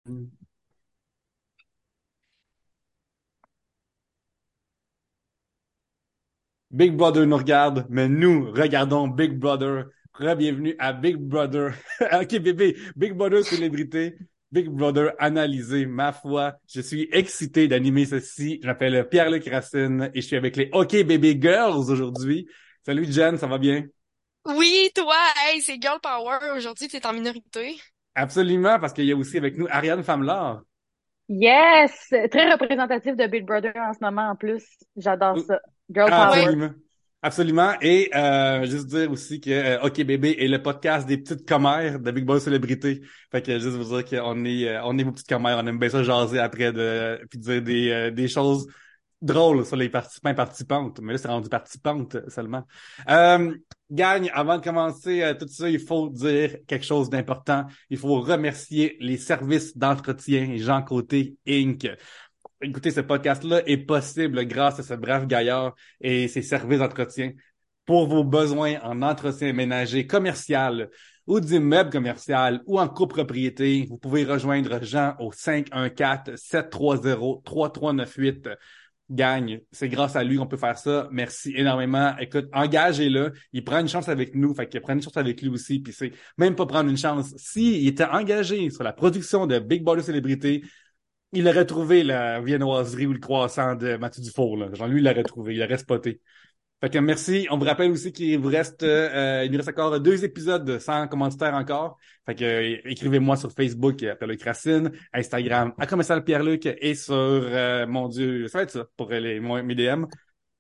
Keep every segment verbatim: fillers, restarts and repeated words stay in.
Big Brother nous regarde, mais nous regardons Big Brother. Re-bienvenue à Big Brother. OK, bébé, Big Brother célébrité, Big Brother analysé. Ma foi, je suis excité d'animer ceci. Je m'appelle Pierre-Luc Racine et je suis avec les OK Baby Girls aujourd'hui. Salut Jen, ça va bien? Oui, toi, hey, c'est Girl Power. Aujourd'hui, t'es en minorité. Absolument, parce qu'il y a aussi avec nous Ariane Famelard. Yes! Très représentatif de Big Brother en ce moment en plus. J'adore ça. Girl Ah, Power. Ouais. absolument. Absolument. Et euh, juste dire aussi que euh, OK Bébé est le podcast des petites commères de Big Boss Célébrité. Fait que juste vous dire qu'on est euh, on est vos petites commères, on aime bien ça jaser après de puis dire des euh, des choses drôles sur les participants et participantes. Mais là, c'est rendu participantes seulement. Euh, Gagne, avant de commencer euh, tout ça, il faut dire quelque chose d'important. Il faut remercier les services d'entretien Jean Côté Inc. Écoutez, ce podcast-là est possible grâce à ce brave gaillard et ses services d'entretien. Pour vos besoins en entretien ménager commercial ou d'immeuble commercial ou en copropriété, vous pouvez rejoindre Jean au cinq un quatre, sept trois zéro, trois trois neuf huit. Gagne. C'est grâce à lui qu'on peut faire ça. Merci énormément. Écoute, engagez-le. Il prend une chance avec nous. Fait qu'il prend une chance avec lui aussi. Puis c'est même pas prendre une chance. S'il était engagé sur la production de Big Brother Célébrité, il aurait trouvé la viennoiserie ou le croissant de Mathieu Dufour, là. Genre, lui, il l'aurait trouvé, il l'aurait spoté. Fait que merci. On vous rappelle aussi qu'il vous reste, euh, il nous reste encore deux épisodes sans commanditaire encore. Fait que, euh, écrivez-moi sur Facebook, euh, Pierre-Luc Racine, Instagram, à commercial Pierre-Luc et sur, euh, mon Dieu, ça va être ça pour les, mes D M.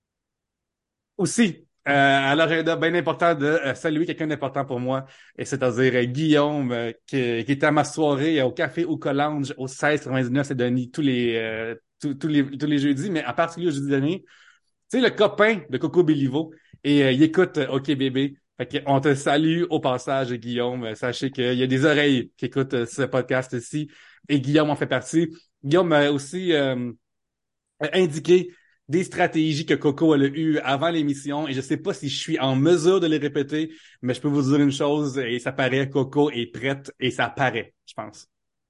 Aussi, euh, à l'agenda bien important de euh, saluer quelqu'un d'important pour moi, et c'est-à-dire euh, Guillaume, euh, qui, qui était à ma soirée euh, au Café au Collange au seize quatre-vingt-dix-neuf, c'est Denis, tous les, euh, tous, tous les tous les jeudis, mais en particulier le jeudi dernier. Tu sais, le copain de Coco Béliveau, et euh, il écoute euh, OK Bébé. Fait que on te salue au passage, Guillaume. Euh, Sachez qu'il y a des oreilles qui écoutent euh, ce podcast-ci, et Guillaume en fait partie. Guillaume m'a aussi euh, indiqué des stratégies que Coco a eues avant l'émission, et je sais pas si je suis en mesure de les répéter, mais je peux vous dire une chose, et ça paraît, Coco est prête, et ça paraît, je pense.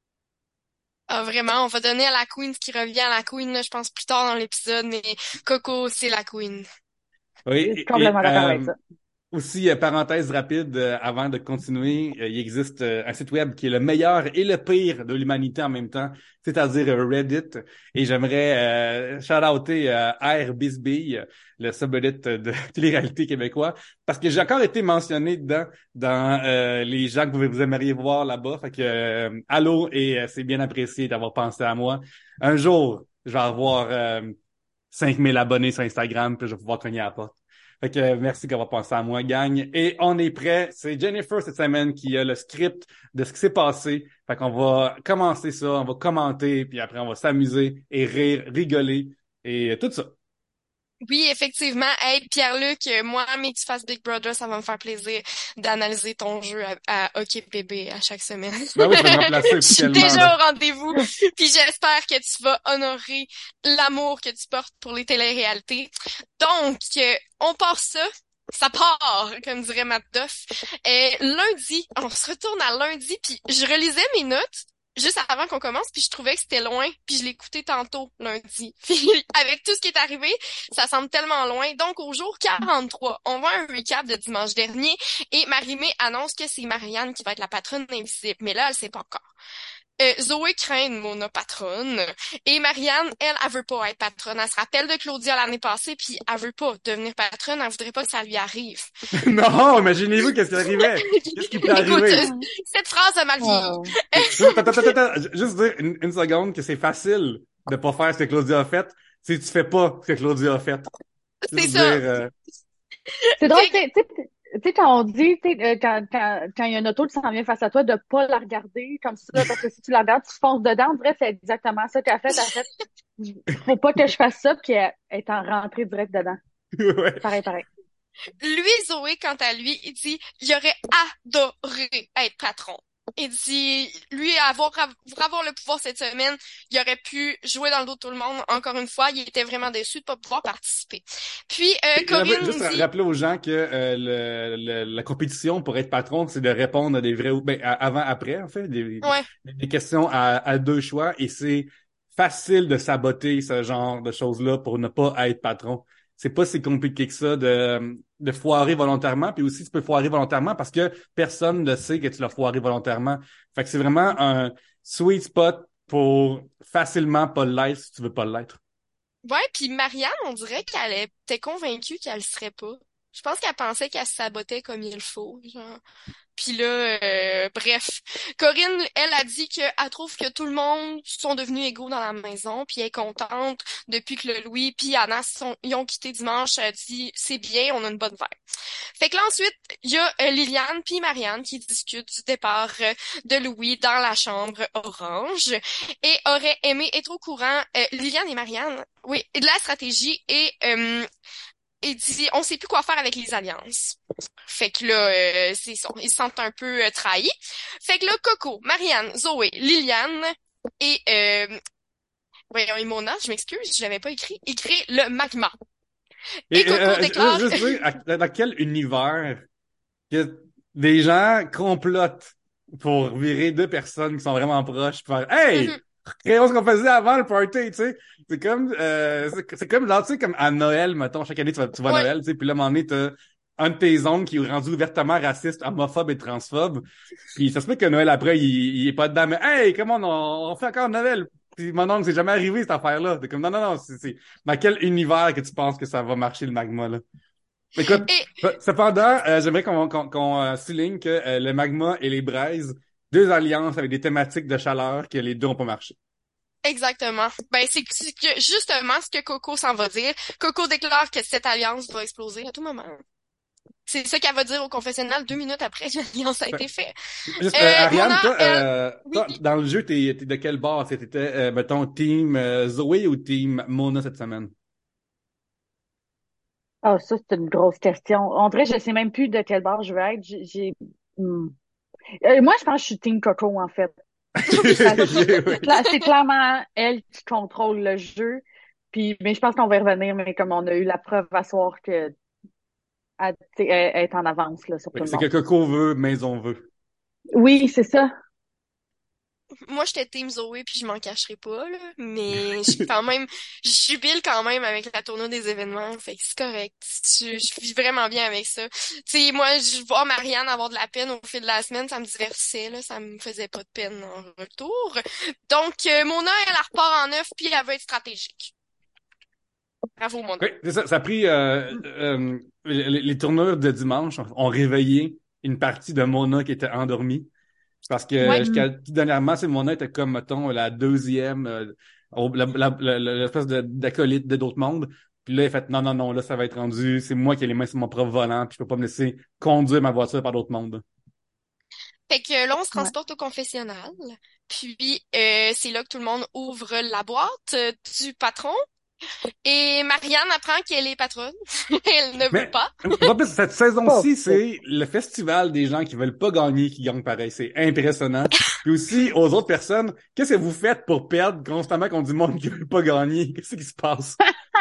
Ah, vraiment, on va donner à la Queen ce qui revient à la Queen, là, je pense, plus tard dans l'épisode, mais Coco, c'est la Queen. Oui, Je suis et, et, complètement d'accord avec euh, ça. aussi, euh, parenthèse rapide, euh, avant de continuer, euh, il existe euh, un site web qui est le meilleur et le pire de l'humanité en même temps, c'est-à-dire euh, Reddit. Et j'aimerais euh, shout-outer euh, R Bisbee, le subreddit de télé-réalité québécois, parce que j'ai encore été mentionné dedans dans euh, les gens que vous, vous aimeriez voir là-bas. Fait que euh, allô, et euh, c'est bien apprécié d'avoir pensé à moi. Un jour, je vais avoir euh, cinq mille abonnés sur Instagram, puis je vais pouvoir cogner à la porte. Fait que euh, merci d'avoir pensé à moi, gang. Et on est prêt. C'est Jennifer cette semaine qui a le script de ce qui s'est passé. Fait qu'on va commencer ça, on va commenter, puis après on va s'amuser et rire, rigoler et tout ça. Oui, effectivement. Hey, Pierre-Luc, euh, moi, mais que tu fasses Big Brother, ça va me faire plaisir d'analyser ton jeu à, à OK Bébé à chaque semaine. Ben oui, tu vas me remplacer Je suis officiellement, là. déjà au rendez-vous, puis j'espère que tu vas honorer l'amour que tu portes pour les téléréalités. Donc, euh, on part ça. Ça part, comme dirait Matt Duff. Et lundi, on se retourne à lundi, puis je relisais mes notes juste avant qu'on commence, puis je trouvais que c'était loin, puis je l'ai écouté tantôt, lundi. Puis avec tout ce qui est arrivé, ça semble tellement loin. Donc, au jour quarante-trois, on voit un recap de dimanche dernier, et Marie-Mé annonce que c'est Marianne qui va être la patronne invisible, mais là, elle sait pas encore. Euh, Zoé craint une monopatronne. Et Marianne, elle, elle veut pas être patronne. Elle se rappelle de Claudia l'année passée, puis elle veut pas devenir patronne. Elle voudrait pas que ça lui arrive. Non, imaginez-vous qu'est-ce qui arrivait. Qu'est-ce qui peut Écoute, arriver? euh, cette phrase a mal vieilli. Wow. Attends, attends, attends, attends. Juste dire une, une seconde que c'est facile de pas faire ce que Claudia a fait si tu fais pas ce que Claudia a fait. C'est Juste dire, ça. euh, C'est drôle, Fait tu sais, tu sais, tu sais, quand on dit, tu sais, euh, quand, quand, quand il y a une auto qui s'en vient face à toi, de pas la regarder comme ça, parce que si tu la regardes, tu fonces dedans. Bref, c'est exactement ça qu'elle a fait. Elle a fait, faut pas que je fasse ça, puis elle est en rentrée direct dedans. ouais. Pareil, pareil. lui, Zoé, quant à lui, il dit, il aurait adoré être patron. Il dit, lui, avoir, pour avoir le pouvoir cette semaine, il aurait pu jouer dans le dos de tout le monde. Encore une fois, il était vraiment déçu de pas pouvoir participer. Puis, euh, Et rappel- Corinne Juste dit, rappeler aux gens que euh, le, le- la compétition pour être patron, c'est de répondre à des vrais ou ben, à- avant, après, en fait, des, ouais, des questions à, à deux choix. Et c'est facile de saboter ce genre de choses-là pour ne pas être patron. C'est pas si compliqué que ça de, de foirer volontairement. Puis aussi, tu peux foirer volontairement parce que personne ne sait que tu l'as foiré volontairement. Fait que c'est vraiment un sweet spot pour facilement pas l'être si tu veux pas l'être. ouais, puis Marianne, on dirait qu'elle était convaincue qu'elle le serait pas. Je pense qu'elle pensait qu'elle se sabotait comme il faut, genre. Puis là, euh, bref, Corinne, elle a dit qu'elle trouve que tout le monde sont devenus égaux dans la maison, puis elle est contente depuis que le Louis puis Anna sont, ils ont quitté dimanche. Elle a dit c'est bien, on a une bonne vibe. Fait que là ensuite, il y a euh, Liliane puis Marianne qui discutent du départ euh, de Louis dans la chambre orange et auraient aimé être au courant. euh, Liliane et Marianne, oui, de la stratégie et euh, et dit on sait plus quoi faire avec les alliances. Fait que là, euh, c'est ça, ils se sentent un peu euh, trahis. Fait que là, Coco, Marianne, Zoé, Liliane et euh, voyons, et Mona, je m'excuse, je l'avais pas écrit, écrit le magma. Et Et Coco euh, euh, déclare juste dire, à- dans quel univers que des gens complotent pour virer deux personnes qui sont vraiment proches, pour faire Hey! Mhm. Créons ce qu'on faisait avant le party, tu sais. C'est comme, euh, c'est c'est comme, là, tu sais, comme à Noël, mettons, chaque année, tu vas, tu vas à Ouais. Noël, tu sais, puis là, à un moment donné, t'as un de tes oncles qui est rendu ouvertement raciste, homophobe et transphobe. Puis ça se peut que Noël après, il, il est pas dedans, mais hey, comment on, on fait encore Noël? Puis mon oncle, c'est jamais arrivé, cette affaire-là. T'es comme, non, non, non, c'est, c'est, dans quel univers que tu penses que ça va marcher, le magma, là? Écoute, Et cependant, euh, j'aimerais qu'on qu'on, qu'on euh, souligne que euh, le magma et les braises, deux alliances avec des thématiques de chaleur que les deux ont pas marché. exactement. Ben c'est c'est que justement ce que Coco s'en va dire. Coco déclare que cette alliance va exploser à tout moment. C'est ça qu'elle va dire au confessionnal deux minutes après que l'alliance a Fait- été faite. Juste, euh, Euh, Mona, Ariane, toi, elle, euh, oui. toi, dans le jeu, t'es, t'es de quel bord? T'étais, euh, mettons, team euh, Zoé ou team Mona cette semaine? Ah, ça, c'est une grosse question. On dirait, je sais même plus de quel bord je veux être. J'ai, j'ai- hmm. Euh, moi, je pense que je suis Team Coco, en fait. Parce que Ok, c'est oui. cla- c'est clairement elle qui contrôle le jeu. Puis, mais je pense qu'on va y revenir, mais comme on a eu la preuve à soir que elle, tu sais, elle- elle est en avance là, sur Oui, tout le c'est que monde. Coco veut, maison veut. Oui, c'est ça. Moi, j'étais team Zoé, puis je m'en cacherai pas, là. Mais je suis quand même, je jubile quand même avec la tournée des événements. Fait que c'est correct. Je, je vis vraiment bien avec ça. Tu sais, moi, je vois Marianne avoir de la peine au fil de la semaine, ça me divertissait, là. Ça me faisait pas de peine en retour. Donc, euh, Mona, elle, elle repart en neuf, puis elle veut être stratégique. Bravo, Mona. Oui, c'est ça. Ça a pris euh, euh, les, les tourneurs de dimanche ont, ont réveillé une partie de Mona qui était endormie. Parce que Ouais. Mhm. jusqu'à tout dernièrement, c'est Mona était comme, mettons, la deuxième, euh, au- la, la, la- la- l'espèce de, d'acolyte de d'autres mondes. Puis là, il a fait, non, non, non, là, ça va être rendu, c'est moi qui ai les mains sur mon propre volant, puis je peux pas me laisser conduire ma voiture par d'autres mondes. Fait que là, on se Ouais. transporte au confessionnal. Puis, euh, c'est là que tout le monde ouvre la boîte euh, du patron. Et Marianne apprend qu'elle est patronne. Elle ne veut Mais, pas. en plus, cette Pas saison-ci, fou. c'est le festival des gens qui veulent pas gagner, qui gagnent pareil. C'est impressionnant. Puis aussi, aux autres personnes, qu'est-ce que vous faites pour perdre constamment contre du monde qui veut pas gagner? Qu'est-ce qui se passe?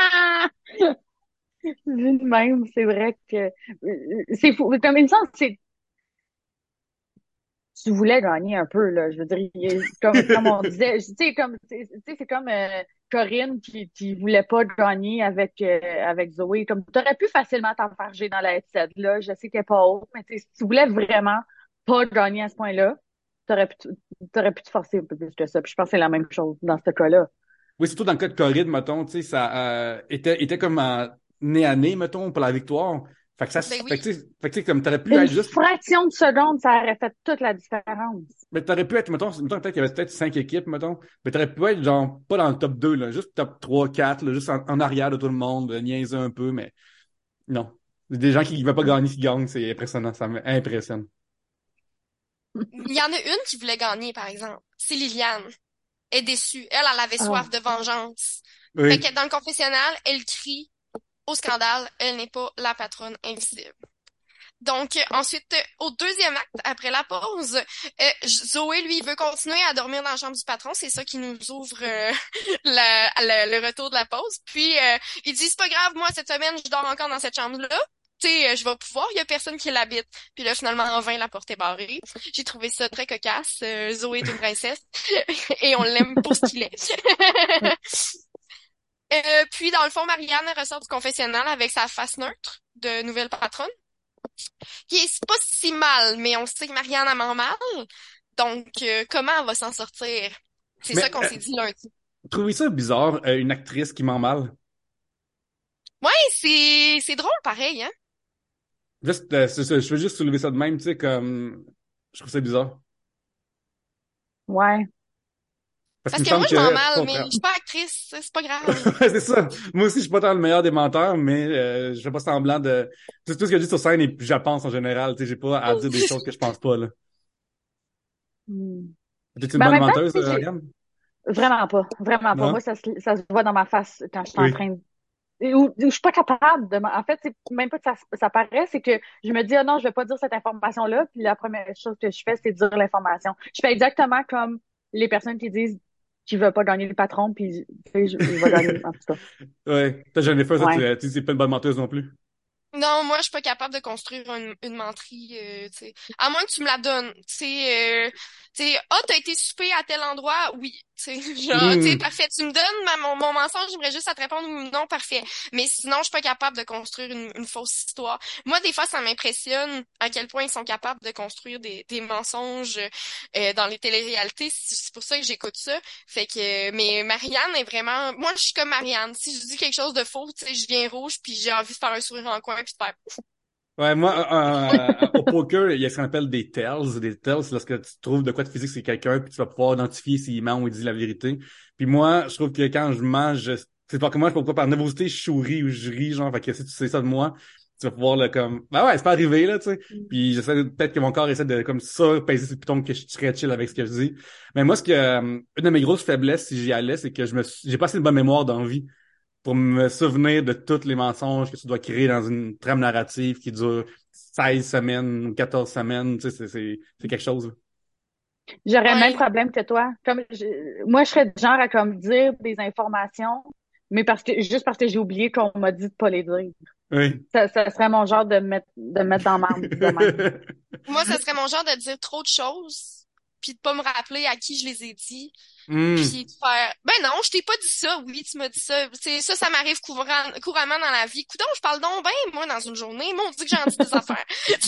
Vu de même, c'est vrai que euh, c'est fou. Comme il me semble, c'est tu voulais gagner un peu, là. Je veux dire, il- comme, comme on disait, tu sais, comme, tu sais, c'est comme euh, Corinne qui, qui voulait pas gagner avec, euh, avec Zoé. Comme, t'aurais pu facilement t'enfarger dans la headset, là. Je sais qu'elle est pas haute, mais tu sais, si tu voulais vraiment pas gagner à ce point-là, t'aurais pu, t- t'aurais pu te forcer un peu plus que ça. Puis je pense que c'est la même chose dans ce cas-là. Oui, surtout dans le cas de Corride, mettons, tu sais, ça euh, était, était comme en nez à nez, mettons, pour la victoire. Fait que ça, Ben se- fait oui. que tu sais, fait que, tu sais, comme t'aurais pu Une être juste, fraction de seconde, ça aurait fait toute la différence. mais t'aurais pu être, mettons, mettons peut-être qu'il y avait peut-être cinq équipes, mettons, mais t'aurais pu être, genre, pas dans le top deux là, juste top trois quatre là, juste en, en arrière de tout le monde, euh, niaiser un peu, mais non. Des gens qui ne veulent pas gagner, qui gagnent, c'est impressionnant, ça m'impressionne. Il y en a une qui voulait gagner, par exemple. C'est Liliane. Elle est déçue. Elle, elle avait soif Ah, de vengeance. Fait Oui. que dans le confessionnal, elle crie au scandale. Elle n'est pas la patronne invisible. Donc, euh, ensuite, euh, au deuxième acte, après la pause, euh, Zoé, lui, il veut continuer à dormir dans la chambre du patron. C'est ça qui nous ouvre euh, la- la- le retour de la pause. Puis, euh, il dit, c'est pas grave, moi, cette semaine, je dors encore dans cette chambre-là. Tu sais, euh, je vais pouvoir, il y a personne qui l'habite. Puis là, finalement, en vain, la porte est barrée. J'ai trouvé ça très cocasse. Euh, Zoé est une princesse et on l'aime pour ce qu'il est. Euh, puis, dans le fond, Marianne elle ressort du confessionnal avec sa face neutre de nouvelle patronne. Qui est c'est pas si mal, mais on sait que Marianne a ment mal. Donc, euh, comment elle va s'en sortir? C'est ça Mais qu'on euh, s'est dit lundi. trouvez ça bizarre, euh, une actrice qui ment mal? Ouais, c'est c'est drôle pareil, hein? Juste, euh, c'est ça, je veux juste soulever ça de même, tu sais, comme... Je trouve ça bizarre. Ouais. Parce qu'il Parce me que moi, semble je mens que... mal, mais contraire- je suis pas actrice, c'est pas grave. C'est ça. Moi aussi, je suis pas tant le meilleur des menteurs, mais euh, je fais pas semblant de... Tout, tout ce que je dis sur scène, et puis je pense en général, tu sais, j'ai pas à dire des choses que je pense pas, là. Hmm. T'es une Mais en bonne même temps, menteuse, tu sais, euh, j'ai Ariane? vraiment pas. Vraiment pas. Moi, Non? ça se, ça se voit dans ma face quand je suis en Oui. train de et où, où je suis pas capable de. En fait, c'est même pas que ça, ça paraît, c'est que je me dis, ah non, je vais pas dire cette information-là. Puis la première chose que je fais, c'est dire l'information. Je fais exactement comme les personnes qui disent qu'ils veulent pas gagner le patron, puis tu sais, je, je vais gagner, en tout cas. Ouais. T'as jamais fait ça, tu Ouais. tu dis, c'est pas une bonne menteuse non plus. Non, moi, je suis pas capable de construire une, une menterie, euh, tu sais. À moins que tu me la donnes. Tu sais, euh, tu sais, ah, t'as été souper à tel endroit? Oui. Tu sais, genre, tu sais, Hmm. parfait. Tu me donnes ma- mon, mon mensonge, j'aimerais juste à te répondre oui ou non, parfait. Mais sinon, je suis pas capable de construire une, une fausse histoire. Moi, des fois, ça m'impressionne à quel point ils sont capables de construire des, des mensonges euh, dans les téléréalités. C'est c'est pour ça que j'écoute ça. Fait que, mais Marianne est vraiment, moi, je suis comme Marianne. Si je dis quelque chose de faux, tu sais, je viens rouge puis j'ai envie de faire un sourire en coin puis de faire, Ouais, moi, euh, euh, au poker, il y a ce qu'on appelle des tells. Des tells, c'est lorsque tu trouves de quoi de physique c'est quelqu'un, puis tu vas pouvoir identifier s'il ment ou il dit la vérité. Puis moi, je trouve que quand je mange, je- c'est pas que moi, je sais pas pourquoi, par nervosité, je souris ou je ris, genre, fait que si tu sais ça de moi, tu vas pouvoir le comme, bah ouais, c'est pas arrivé, là, tu sais. Puis j'essaie de- peut-être que mon corps essaie de, comme ça, peser sur le piton que je suis très chill avec ce que je dis. Mais moi, ce que, euh, une de mes grosses faiblesses, si j'y allais, c'est que je me suis, j'ai pas assez de bonne mémoire dans la vie pour me souvenir de tous les mensonges que tu dois créer dans une trame narrative qui dure seize semaines ou quatorze semaines. Tu sais, c'est, c'est, c'est quelque chose, là. J'aurais le même ouais. problème que toi. Comme je- moi, je serais du genre à comme dire des informations, mais parce que juste parce que j'ai oublié qu'on m'a dit de pas les dire. Oui. Ça, ça serait mon genre de mettre de mettre dans ma de même. Moi, ça serait mon genre de dire trop de choses puis de pas me rappeler à qui je les ai dit Hmm. puis de faire, ben non, je t'ai pas dit ça. Oui, tu m'as dit ça. C'est ça, ça m'arrive courant, couramment dans la vie. Coudon, je parle donc ben, moi, dans une journée. Moi, on dit que j'en dis des affaires.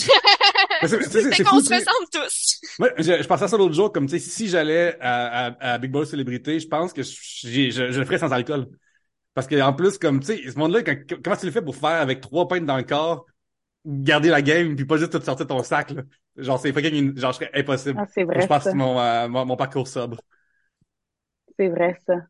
Mais c'est, c'est, c'est C'est c'est qu'on fou, se tu sais. ressemble tous. Moi, je, je pensais à ça l'autre jour, comme, tu sais, si j'allais à, à, à Big Boss Célébrité, je pense que j'ai- je, je le ferais sans alcool. Parce que en plus, comme, tu sais, ce monde-là, quand- comment tu le fais pour faire avec trois pintes dans le corps, garder la game, puis pas juste tout sortir ton sac, là? Genre, c'est fucking, genre, je serais impossible. Ah, c'est Faut que je vrai passe ça. mon, euh, mon, mon parcours sobre. C'est vrai ça.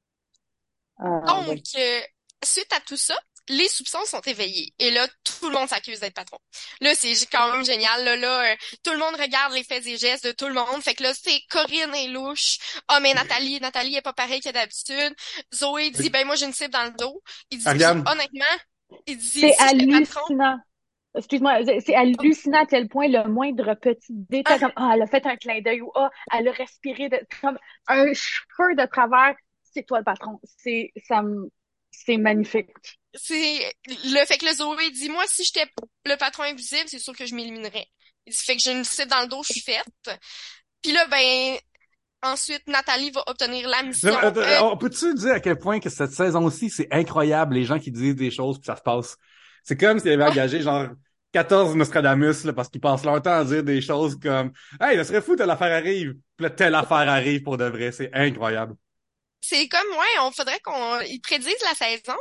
Ah Donc, oui. euh, suite à tout ça, les soupçons sont éveillés. Et là, tout le monde s'accuse d'être patron. Là, c'est quand même génial. Là, là, euh, tout le monde regarde les faits et gestes de tout le monde. Fait que là, c'est Corinne est louche. Ah, mais Nathalie, Nathalie est pas pareille que d'habitude. Zoé dit, ben moi, j'ai une cible dans le dos. Il dit, puis Ariane, honnêtement, il dit, C'est si j'étais patron, hallucinant. Excuse-moi, c'est c'est hallucinant à quel point le moindre petit détail, ah, comme ah, elle a fait un clin d'œil ou ah, elle a respiré de, comme un cheveu de travers, c'est toi le patron. C'est ça me c'est magnifique. c'est le fait que le Zoé dit, moi, si j'étais le patron invisible, c'est sûr que je m'éliminerais. Il dit, fait que j'ai une cible dans le dos, je suis faite. Puis là, ben, ensuite, Nathalie va obtenir la mission. Euh, on peut-tu dire à quel point que cette saison-ci, c'est incroyable, les gens qui disent des choses puis ça se passe. C'est comme s'ils avaient engagé genre quatorze Nostradamus, là, parce qu'ils passent leur temps à dire des choses comme Hey, ça serait fou, telle affaire arrive. Puis là, telle affaire arrive pour de vrai. C'est incroyable. c'est comme, ouais, on faudrait qu'on ils prédisent la saison.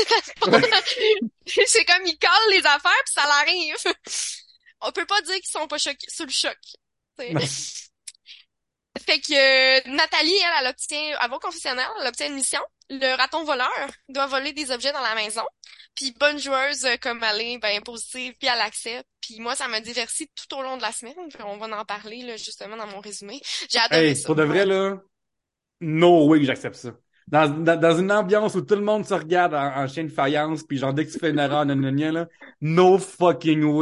C'est comme, ils collent les affaires puis ça l'arrive. On peut pas dire qu'ils sont pas choqués, sous le choc. T'sais. Non. Fait que euh, Nathalie, elle, elle obtient, elle va au confessionnal, elle obtient une mission. Le raton voleur doit voler des objets dans la maison. Puis bonne joueuse euh, comme elle est, ben positive, puis elle accepte. Puis moi, ça m'a diverti tout au long de la semaine. Puis on va en parler là, justement dans mon résumé. J'ai adoré Hey, ça. pour de vrai, là, no way que j'accepte ça. Dans, dans, dans une ambiance où tout le monde se regarde en, en chien de faïence, puis genre dès que tu fais une erreur, nan, nan, nan, là, no fucking way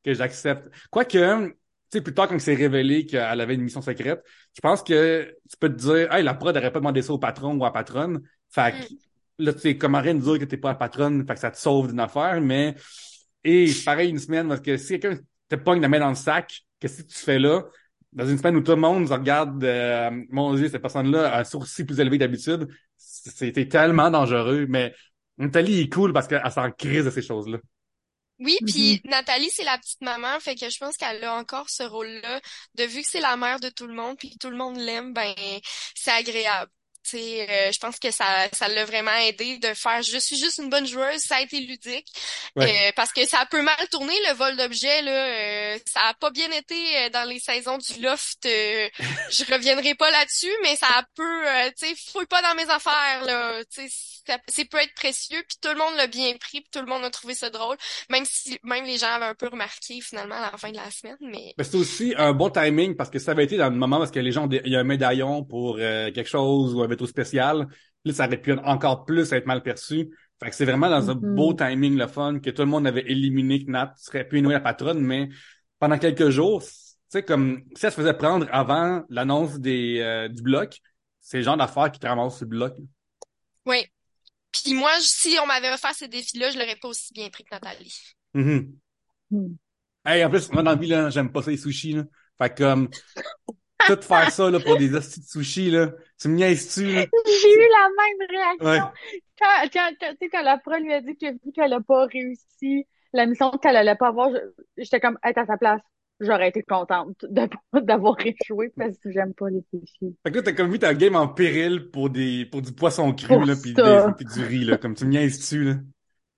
que j'accepte. Quoique, tu sais, plus tard, quand c'est révélé qu'elle avait une mission secrète, je pense que tu peux te dire, hey, la prod n'aurait pas demandé ça au patron ou à la patronne. Fait Mm. que là, tu sais, comment rien de dire que t'es pas la patronne, fait que ça te sauve d'une affaire, mais, et c'est pareil une semaine, parce que si quelqu'un te pogne la main dans le sac, qu'est-ce que tu fais là? Dans une semaine où tout le monde regarde, euh, mon Dieu, cette personne-là a un sourcil plus élevé que d'habitude, c'était tellement dangereux, mais Nathalie est cool parce qu'elle s'en crise de ces choses-là. Oui, puis Mhm. Nathalie, c'est la petite maman, fait que je pense qu'elle a encore ce rôle-là, de vu que c'est la mère de tout le monde, puis tout le monde l'aime, ben c'est agréable. Tu sais, euh, je pense que ça ça l'a vraiment aidé de faire je suis juste une bonne joueuse, ça a été ludique. Ouais. Euh, parce que ça a peu mal tourné le vol d'objets là, euh, ça a pas bien été euh, dans les saisons du Loft. Euh, je reviendrai pas là-dessus, mais ça a peu euh, tu sais, fouille pas dans mes affaires là, tu sais, ça, c'est peut être précieux, puis tout le monde l'a bien pris, puis tout le monde a trouvé ça drôle. Même si même les gens avaient un peu remarqué finalement à la fin de la semaine, mais Mais c'est aussi un bon timing parce que ça avait été dans le moment parce que les gens, ont des- il y a un médaillon pour euh, quelque chose ou un veto spécial. Là, ça aurait pu encore plus être mal perçu. Fait que c'est vraiment dans un beau Mhm. timing, le fun, que tout le monde avait éliminé que Nat serait pu nouer la patronne, mais pendant quelques jours, tu sais, comme si elle se faisait prendre avant l'annonce des euh, du bloc, c'est le genre d'affaires qui te ramassent sur le bloc. oui. Puis moi, je- si on m'avait offert ces défis-là, je l'aurais pas aussi bien pris que Nathalie. Mhm. Mhm. Hey, en plus, moi, dans la vie, là, j'aime pas ça, les sushis, là. Fait que, comme, tout faire ça, là, pour des hosties de sushis, là, tu me niaises-tu, là? J'ai eu la même réaction Ouais. quand, quand, quand, tu sais, quand la pro lui a dit que vu qu'elle a pas réussi la mission qu'elle allait pas avoir, je- j'étais comme, être à sa place, j'aurais été contente de, d'avoir échoué parce que j'aime pas les sushis. Fait que là, t'as comme mis ta game en péril pour des, pour du poisson cru, Pour là, pis des, ça. pis du riz, là. Comme tu me niaises-tu, là?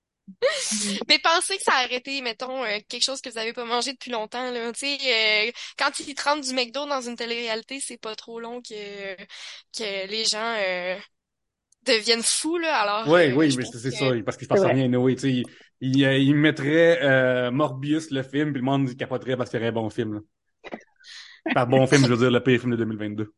Mhm. Mais pensez que ça a arrêté, mettons, euh, quelque chose que vous avez pas mangé depuis longtemps, là. Tu sais, euh, quand ils te rendent du McDo dans une télé-réalité, c'est pas trop long que, que les gens euh, deviennent fous, là. Alors, Ouais, euh, oui, je mais pense c'est c'est que ça, parce qu'il se C'est passe vrai. rien, Noé, tu sais. Il, il, euh, il mettrait, euh, Morbius, le film, pis le monde il capoterait parce qu'il y aurait un bon film, là. Par bon film, je veux dire le pire film de deux mille vingt-deux.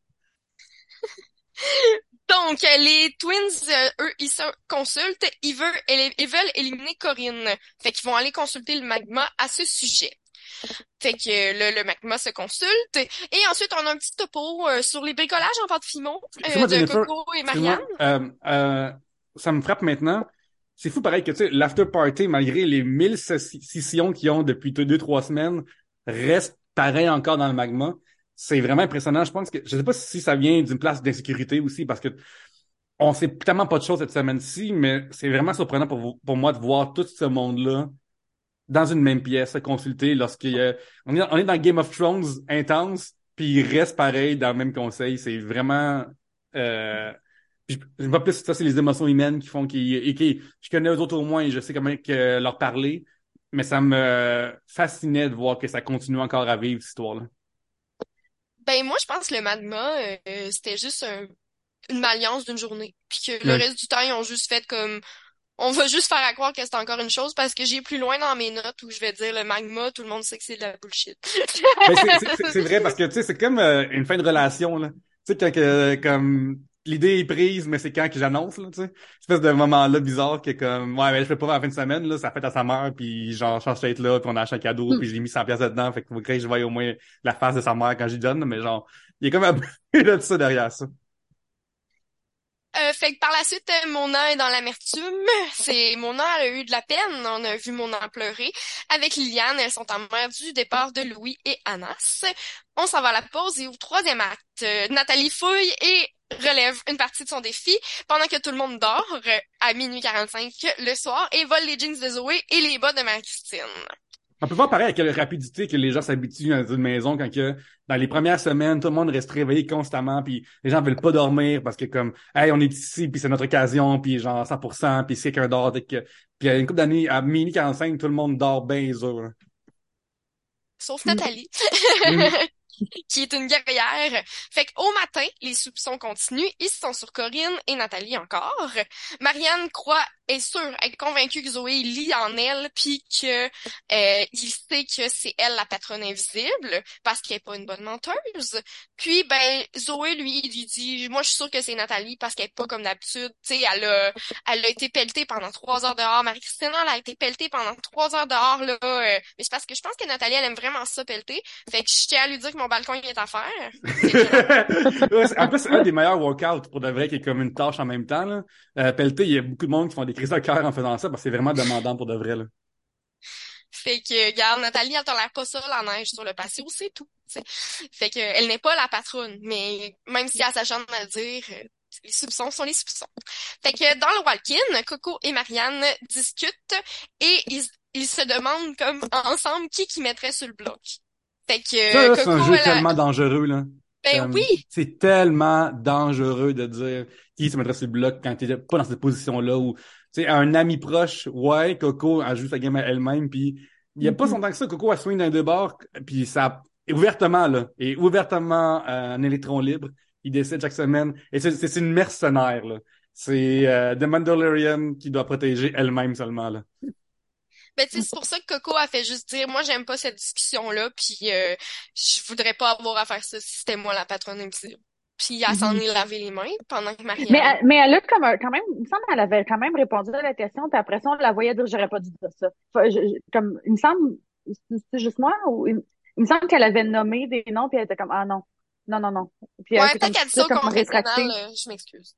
Donc, euh, les Twins, euh, eux, ils se consultent, ils veulent, éli- ils veulent éliminer Corinne. Fait qu'ils vont aller consulter le magma à ce sujet. Fait que euh, le, le magma se consulte. Et ensuite, on a un petit topo euh, sur les bricolages en pâte fimo euh, Excuse-moi, de Jennifer, Coco et Marianne. excuse-moi, euh, euh, ça me frappe maintenant. C'est fou pareil que, tu sais, l'after party, malgré les mille sci- scissions qu'ils ont depuis deux, trois semaines, reste pareil encore dans le magma. C'est vraiment impressionnant. Je pense que, je sais pas si ça vient d'une place d'insécurité aussi, parce que on sait tellement pas de choses cette semaine-ci, mais c'est vraiment surprenant pour, vous- pour moi de voir tout ce monde-là dans une même pièce, se consulter lorsqu'il y a, on est, on est dans Game of Thrones intense, puis il reste pareil dans le même conseil. C'est vraiment, euh, puis je, je vois plus ça, c'est les émotions humaines qui font qu'ils, et qui, je connais eux autres au moins et je sais comment que leur parler, mais ça me fascinait de voir que ça continue encore à vivre, cette histoire-là. Ben moi, je pense que le magma, euh, c'était juste un- une malliance d'une journée. Puis que le Ouais. reste du temps, ils ont juste fait comme... On va juste faire à croire que c'est encore une chose parce que j'ai plus loin dans mes notes où je vais dire le magma, tout le monde sait que c'est de la bullshit. Ben, c'est, c'est, c'est c'est vrai parce que, tu sais, c'est comme euh, une fin de relation, là. Tu sais, quand que, comme, l'idée est prise, mais c'est quand que j'annonce, là, tu sais. Espèce de moment-là bizarre que, comme, ouais, ben, je fais pas à la fin de semaine, là, ça fait à sa mère, puis genre, change d'être là, puis on a acheté un cadeau, puis j'ai mis cent pièces dedans, fait qu'il faut que je voie au moins la face de sa mère quand j'y donne, mais genre, il y a comme un peu de ça derrière ça. Euh, fait que par la suite, euh, Mona est dans l'amertume. C'est Mona, elle a eu de la peine. On a vu Mona pleurer. Avec Liliane, elles sont en mer du départ de Louis et Anas. On s'en va à la pause et au troisième acte, euh, Nathalie fouille et relève une partie de son défi pendant que tout le monde dort euh, à minuit quarante-cinq le soir et vole les jeans de Zoé et les bas de Marie-Christine. On peut voir pareil à quelle rapidité que les gens s'habituent à une maison quand que dans les premières semaines, tout le monde reste réveillé constamment, puis les gens veulent pas dormir parce que comme hey, on est ici, puis c'est notre occasion, puis genre cent pour cent, puis si quelqu'un dort, dès que... puis à une couple d'années, à minuit quarante-cinq, tout le monde dort bien dur, là. Sauf Nathalie. Mhm. Qui est une guerrière. Fait qu'au matin, les soupçons continuent. Ils sont sur Corinne et Nathalie encore. Marianne croit est sûr, est convaincu que Zoé lit en elle, puis que euh, il sait que c'est elle la patronne invisible, parce qu'elle est pas une bonne menteuse. Puis, ben, Zoé, lui, il lui dit, moi, je suis sûre que c'est Nathalie, parce qu'elle est pas comme d'habitude. Tu sais, elle a, elle a été pelletée pendant trois heures dehors. Marie-Christine, elle a été pelletée pendant trois heures dehors, là. euh, mais c'est parce que je pense que Nathalie, elle aime vraiment ça, pelleter. Fait que je tiens à lui dire que mon balcon, il est à faire. Fait que là, Ouais, c'est- en plus, c'est un des meilleurs workouts pour de vrai qui est comme une tâche en même temps, là. Euh, pelleter, il y a beaucoup de monde qui font des crises de cœur en faisant ça parce que c'est vraiment demandant pour de vrai, là. fait que, regarde, Nathalie, elle tolère pas ça, la neige sur le patio, c'est tout. T'sais. Fait que, elle n'est pas la patronne, mais même si elle s'acharne à le dire, euh, les soupçons sont les soupçons. Fait que, dans le walk-in, Coco et Marianne discutent et ils, ils se demandent comme ensemble qui qui mettrait sur le bloc. Fait que, Ça, euh, là, c'est un Coco, jeu elle a... tellement dangereux, là. Ben Comme, oui! c'est tellement dangereux de dire qui se mettrait sur le bloc quand t'es pas dans cette position-là où, tu sais, un ami proche, ouais, Coco, elle joue sa game à elle-même, puis il y a pas si Mhm. longtemps que ça, Coco a swing d'un deux bords, puis ça, et ouvertement, là, et ouvertement, euh, un électron libre, il décide chaque semaine, et c'est, c'est c'est une mercenaire, là. C'est euh, The Mandalorian qui doit protéger elle-même seulement, là. Ben, tu sais, c'est pour ça que Coco a fait juste dire, moi, j'aime pas cette discussion-là, puis euh, je voudrais pas avoir à faire ça si c'était moi la patronne invisible. Puis elle s'en Mhm. est lavé les mains pendant que Mais, Marianne. elle- mais elle a comme un- quand même, il me semble qu'elle avait quand même répondu à la question, puis après ça, on la voyait dire, j'aurais pas dû dire ça. Enfin, je- je- comme, il me semble, c'est c'est juste moi, ou il, il me semble qu'elle avait nommé des noms, puis elle était comme, ah non, non, non, non. Puis elle Ouais, s'est peut-être comme qu'elle tout dit de ça suite au comme confessionnal, rétractée. euh, je m'excuse.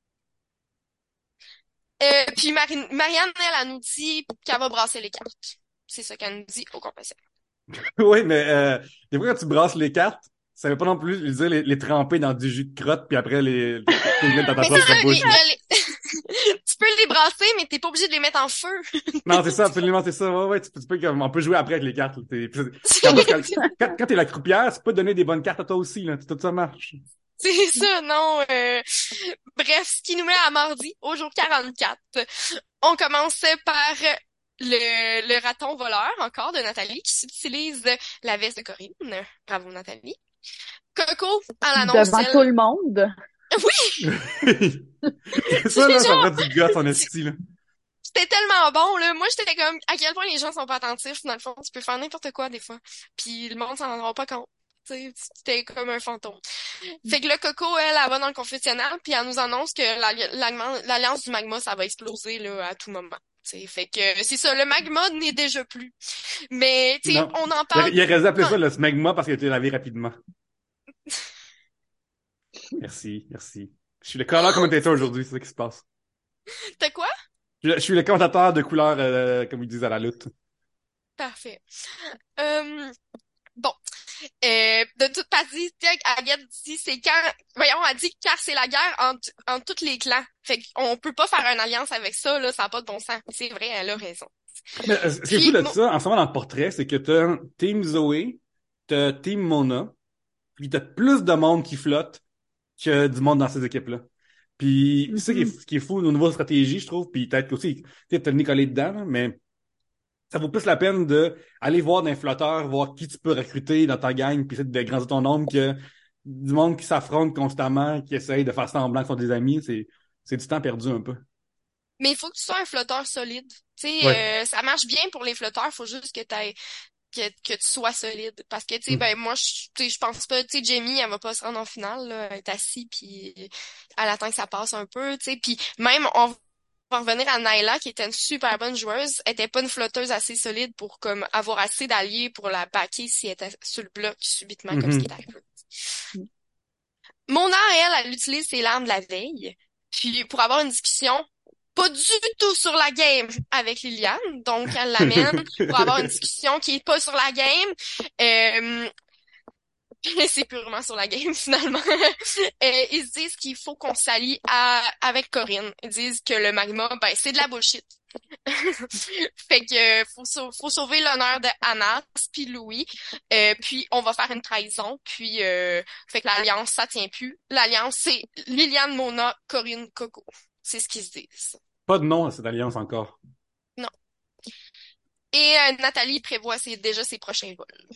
Euh, puis Mari- Marianne, elle, elle nous dit qu'elle va brasser les cartes. C'est ça qu'elle nous dit au confessionnal. Oui, mais euh, des fois, quand tu brasses les cartes, ça veut pas non plus dire les, les tremper dans du jus de crotte, puis après les, les mettre dans ta Mais c'est ça, propre les, bouche, là. le- les- tu peux les brasser, mais t'es pas obligé de les mettre en feu. Non, c'est ça, absolument, c'est ça. Ouais, ouais, tu peux, tu peux comme, on peut jouer après avec les cartes, là. T'es- puis c'est- en plus, quand, quand, quand t'es la croupière, c'est pas donner des bonnes cartes à toi aussi, là. Tout ça marche. C'est ça, non. euh, Bref, ce qui nous met à mardi, au jour quarante-quatre. On commence par le, le raton voleur, encore, de Nathalie, qui utilise la veste de Corinne. Bravo, Nathalie. Coco, à l'annonce, Devant tout elle... le monde. Oui, Ça, c'est là, ça genre, prend du gosse en esti, là. c'était tellement bon, là. Moi, j'étais comme, à quel point les gens sont pas attentifs, dans le fond. Tu peux faire n'importe quoi, des fois. Puis le monde s'en rendra pas compte. Tu sais, c'était comme un fantôme. Fait que là, Coco, elle, elle va dans le confessionnal, puis elle nous annonce que la- l'alliance l'alliance du magma, ça va exploser, là, à tout moment. T'sais, fait que c'est ça, le magma n'est déjà plus. Mais, tu sais, Non. on en Il, a- parle il aurait dû appeler quand... ça le smegma parce qu'il a été lavé rapidement. Merci, merci. Je suis le color commentator aujourd'hui, c'est ça qui se passe. T'as quoi? Je, je suis le commentateur de couleur, euh, comme ils disent à la lutte. Parfait. Euh, bon. Euh, de toute façon, Agathe dit, c'est quand... Voyons, elle dit car c'est la guerre entre, entre tous les clans. Fait qu'on peut pas faire une alliance avec ça, là, ça n'a pas de bon sens. C'est vrai, elle a raison. Mais euh, ce qui est fou Puis, de mo- ça, en ce moment dans le portrait, c'est que t'as Team Zoé, t'as Team Mona, puis t'as plus de monde qui flotte que du monde dans ces équipes-là. Puis c'est ça qui est, Mhm. ce qui est fou au niveau stratégie, je trouve, puis peut-être aussi, tu sais, t'as le Nicolas dedans, là, mais ça vaut plus la peine de aller voir d'un flotteur, voir qui tu peux recruter dans ta gang, puis essayer de grandir ton nombre que du monde qui s'affronte constamment, qui essaye de faire semblant qu'ils sont des amis, c'est c'est du temps perdu un peu. mais il faut que tu sois un flotteur solide. Tu Ouais. sais, euh, ça marche bien pour les flotteurs, faut juste que t'aies, que, que tu sois solide. Parce que, tu sais, Mm. ben, moi, je, tu sais, je pense pas, tu sais, Jamie, elle va pas se rendre en finale, là. Elle est assise, puis elle attend que ça passe un peu, tu sais. Puis même, on va revenir à Nyla, qui était une super bonne joueuse, elle était pas une flotteuse assez solide pour, comme, avoir assez d'alliés pour la backer si elle était sur le bloc subitement, comme ce qui est Mhm. arrivé. Mona, elle, elle utilise ses larmes de la veille, puis pour avoir une discussion pas du tout sur la game avec Liliane, donc elle l'amène pour avoir une discussion qui est pas sur la game. Euh, c'est purement sur la game finalement. Euh, ils se disent qu'il faut qu'on s'allie à, avec Corinne. Ils disent que le magma, ben c'est de la bullshit. Fait que faut, sau- faut sauver l'honneur de Anna puis Louis. Euh, puis on va faire une trahison. Puis euh, fait que l'alliance ça tient plus. L'alliance c'est Liliane, Mona, Corinne, Coco. C'est ce qu'ils se disent. Pas de nom à cette alliance encore. Non. Et euh, Nathalie prévoit ses, déjà ses prochains vols.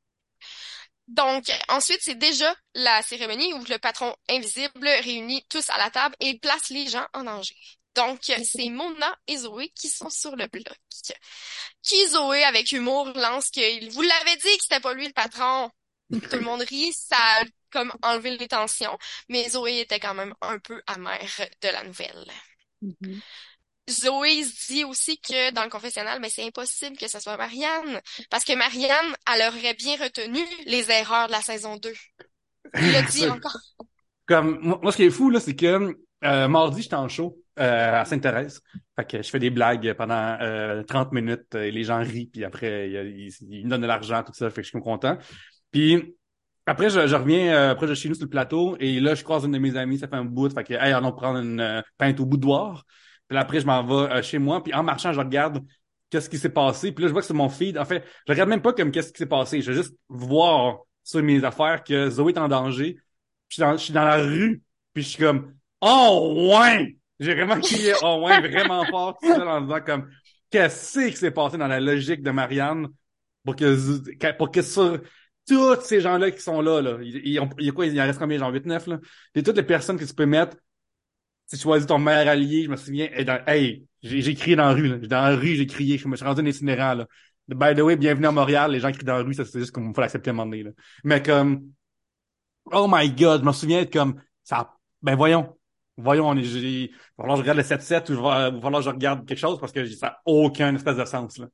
Donc, ensuite, c'est déjà la cérémonie où le patron invisible réunit tous à la table et place les gens en danger. Donc, c'est Mona et Zoé qui sont sur le bloc. Qui, Zoé, avec humour, lance que vous l'avez dit que c'était pas lui le patron. Tout le monde rit, ça a comme enlevé les tensions, mais Zoé était quand même un peu amère de la nouvelle. Mhm. Zoé se dit aussi que dans le confessionnal, mais c'est impossible que ce soit Marianne, parce que Marianne, elle aurait bien retenu les erreurs de la saison deux. Il l'a dit C'est- encore. Comme, moi, moi, ce qui est fou, là, c'est que euh, mardi, j'étais en show euh, à Sainte-Thérèse. Fait que je fais des blagues pendant euh, trente minutes euh, et les gens rient, puis après, ils, ils, ils me donnent de l'argent, tout ça, fait que je suis content. Puis après, je, je reviens euh, après de chez nous sur le plateau et là, je croise une de mes amies, ça fait un bout, fait que, hey, allons prendre une euh, pinte au boudoir. Puis là, après, je m'en vais euh, chez moi, puis en marchant, je regarde qu'est-ce qui s'est passé. Puis là, je vois que c'est mon feed. En fait, je regarde même pas comme qu'est-ce qui s'est passé. Je veux juste voir sur mes affaires que Zoé est en danger. Puis je suis dans, je suis dans la rue, puis je suis comme, oh ouais! J'ai vraiment crié oh ouais vraiment fort, tout ça, en disant comme, qu'est-ce qui s'est passé dans la logique de Marianne pour que, pour que sur tous ces gens-là qui sont là, là, ils, ils ont, il y a quoi, il en reste combien, genre huit neuf là? Et toutes les personnes que tu peux mettre, si tu choisis ton meilleur allié, je me souviens, et dans, hey, j'ai, j'ai crié dans la rue, là. Dans la rue, j'ai crié, je me suis rendu un itinérant, là. By the way, bienvenue à Montréal, les gens crient dans la rue, ça, c'est juste comme, faut l'accepter à un moment donné, là. Mais comme, oh my god, je me souviens être comme, ça, ben voyons. Voyons, on est, j'ai, il va falloir que je regarde le sept sept ou il va, il va falloir que je regarde quelque chose parce que ça n'a aucun espèce de sens, là.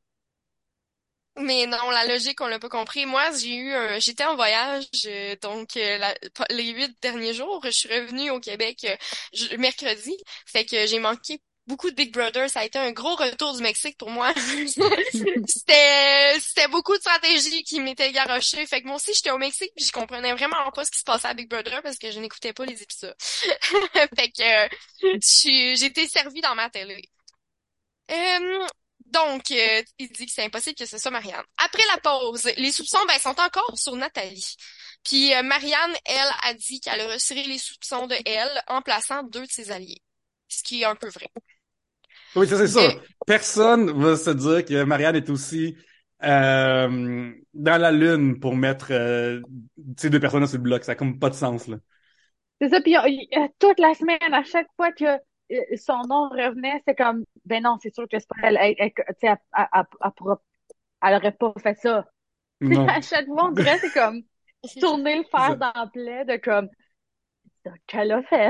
Mais non, la logique, on l'a pas compris. Moi, j'ai eu un, j'étais en voyage, euh, donc euh, la- les huit derniers jours, je suis revenue au Québec euh, je- mercredi, fait que j'ai manqué beaucoup de Big Brother. Ça a été un gros retour du Mexique pour moi. C'était, c'était beaucoup de stratégies qui m'étaient garochées. Fait que moi aussi, j'étais au Mexique puis je comprenais vraiment pas ce qui se passait à Big Brother parce que je n'écoutais pas les épisodes. Fait que euh, je suis- j'ai été servie dans ma télé. Euh, donc, euh, il dit que c'est impossible que ce soit Marianne. Après la pause, les soupçons ben, sont encore sur Nathalie. Puis euh, Marianne, elle, a dit qu'elle a retiré les soupçons de elle en plaçant deux de ses alliés. Ce qui est un peu vrai. Oui, ça c'est De... sûr. Personne va se dire que Marianne est aussi euh, dans la lune pour mettre euh, ces deux personnes-là sur le bloc. Ça n'a comme pas de sens, là. C'est ça, puis il- il- toute la semaine, à chaque fois que euh, son nom revenait, c'est comme, ben non, c'est sûr que c'est pas elle, elle, elle, tu sais, elle, elle, elle, elle pourra- elle aurait pas fait ça. Non. À chaque fois, on dirait, c'est comme, tourner le C'est fer ça. dans le plaid de comme, qu'elle a fait.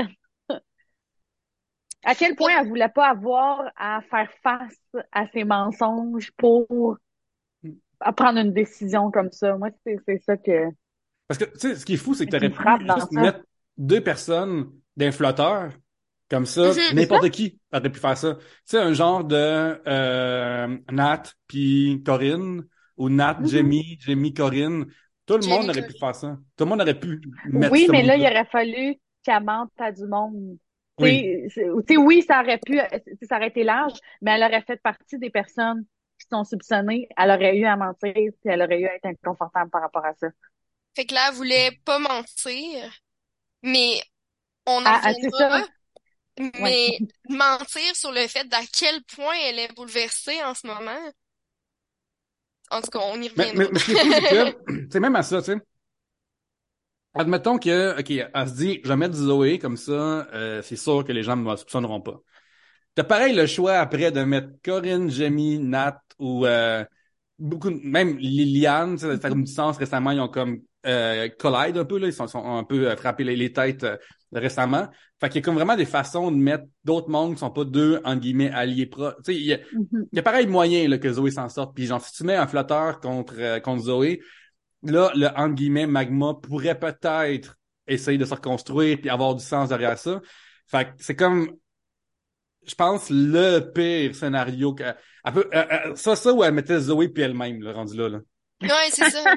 À quel point elle voulait pas avoir à faire face à ses mensonges pour à prendre une décision comme ça. Moi, c'est c'est ça que, Parce que, tu sais, ce qui est fou, c'est que tu qui aurais me frappe pu dans juste ça. mettre deux personnes d'un flotteur. Comme ça, Mhm. C'est ça? n'importe qui aurait pu faire ça. Tu sais, un genre de euh, Nat puis Corinne, ou Nat, Mhm. Jamie, Jamie, Corinne. Tout le monde Jamie aurait pu Curry. faire ça. Tout le monde aurait pu mettre Oui, ce mais là, il monde-là. aurait fallu qu'elle mente à du monde. Tu Oui, sais, c'est- tu sais, oui, ça aurait pu, ça aurait été large, mais elle aurait fait partie des personnes qui sont soupçonnées. Elle aurait eu à mentir, puis elle aurait eu à être inconfortable par rapport à ça. Fait que là, elle voulait pas mentir, mais on en Ah, ah, c'est reviendra. ça. Ouais. Mais mentir sur le fait d'à quel point elle est bouleversée en ce moment. En tout cas, on y mais, mais, reviendra. mais ce qui est fou, c'est que, c'est même à ça, tu sais. Admettons que, OK, elle se dit, je vais mettre Zoé, comme ça, euh, c'est sûr que les gens ne me soupçonneront pas. T'as pareil le choix après de mettre Corinne, Jamie, Nat ou euh, beaucoup, de- même Liliane, ça, ça a comme du sens récemment, ils ont comme euh, collide un peu, là, ils sont, sont un peu euh, frappés les, les têtes euh, récemment. Fait qu'il y a comme vraiment des façons de mettre d'autres mondes qui sont pas deux, entre guillemets, alliés pro. Tu sais, il y a, Mhm. il y a pareil moyen là, que Zoé s'en sorte. Puis genre, si tu mets un flotteur contre, euh, contre Zoé, là, le entre guillemets magma pourrait peut-être essayer de se reconstruire puis avoir du sens derrière ça. Fait que c'est comme je pense, le pire scénario que, elle peut, euh, euh, ça, ça où elle mettait Zoé puis elle-même, là, rendu là, là. Ouais, c'est ça.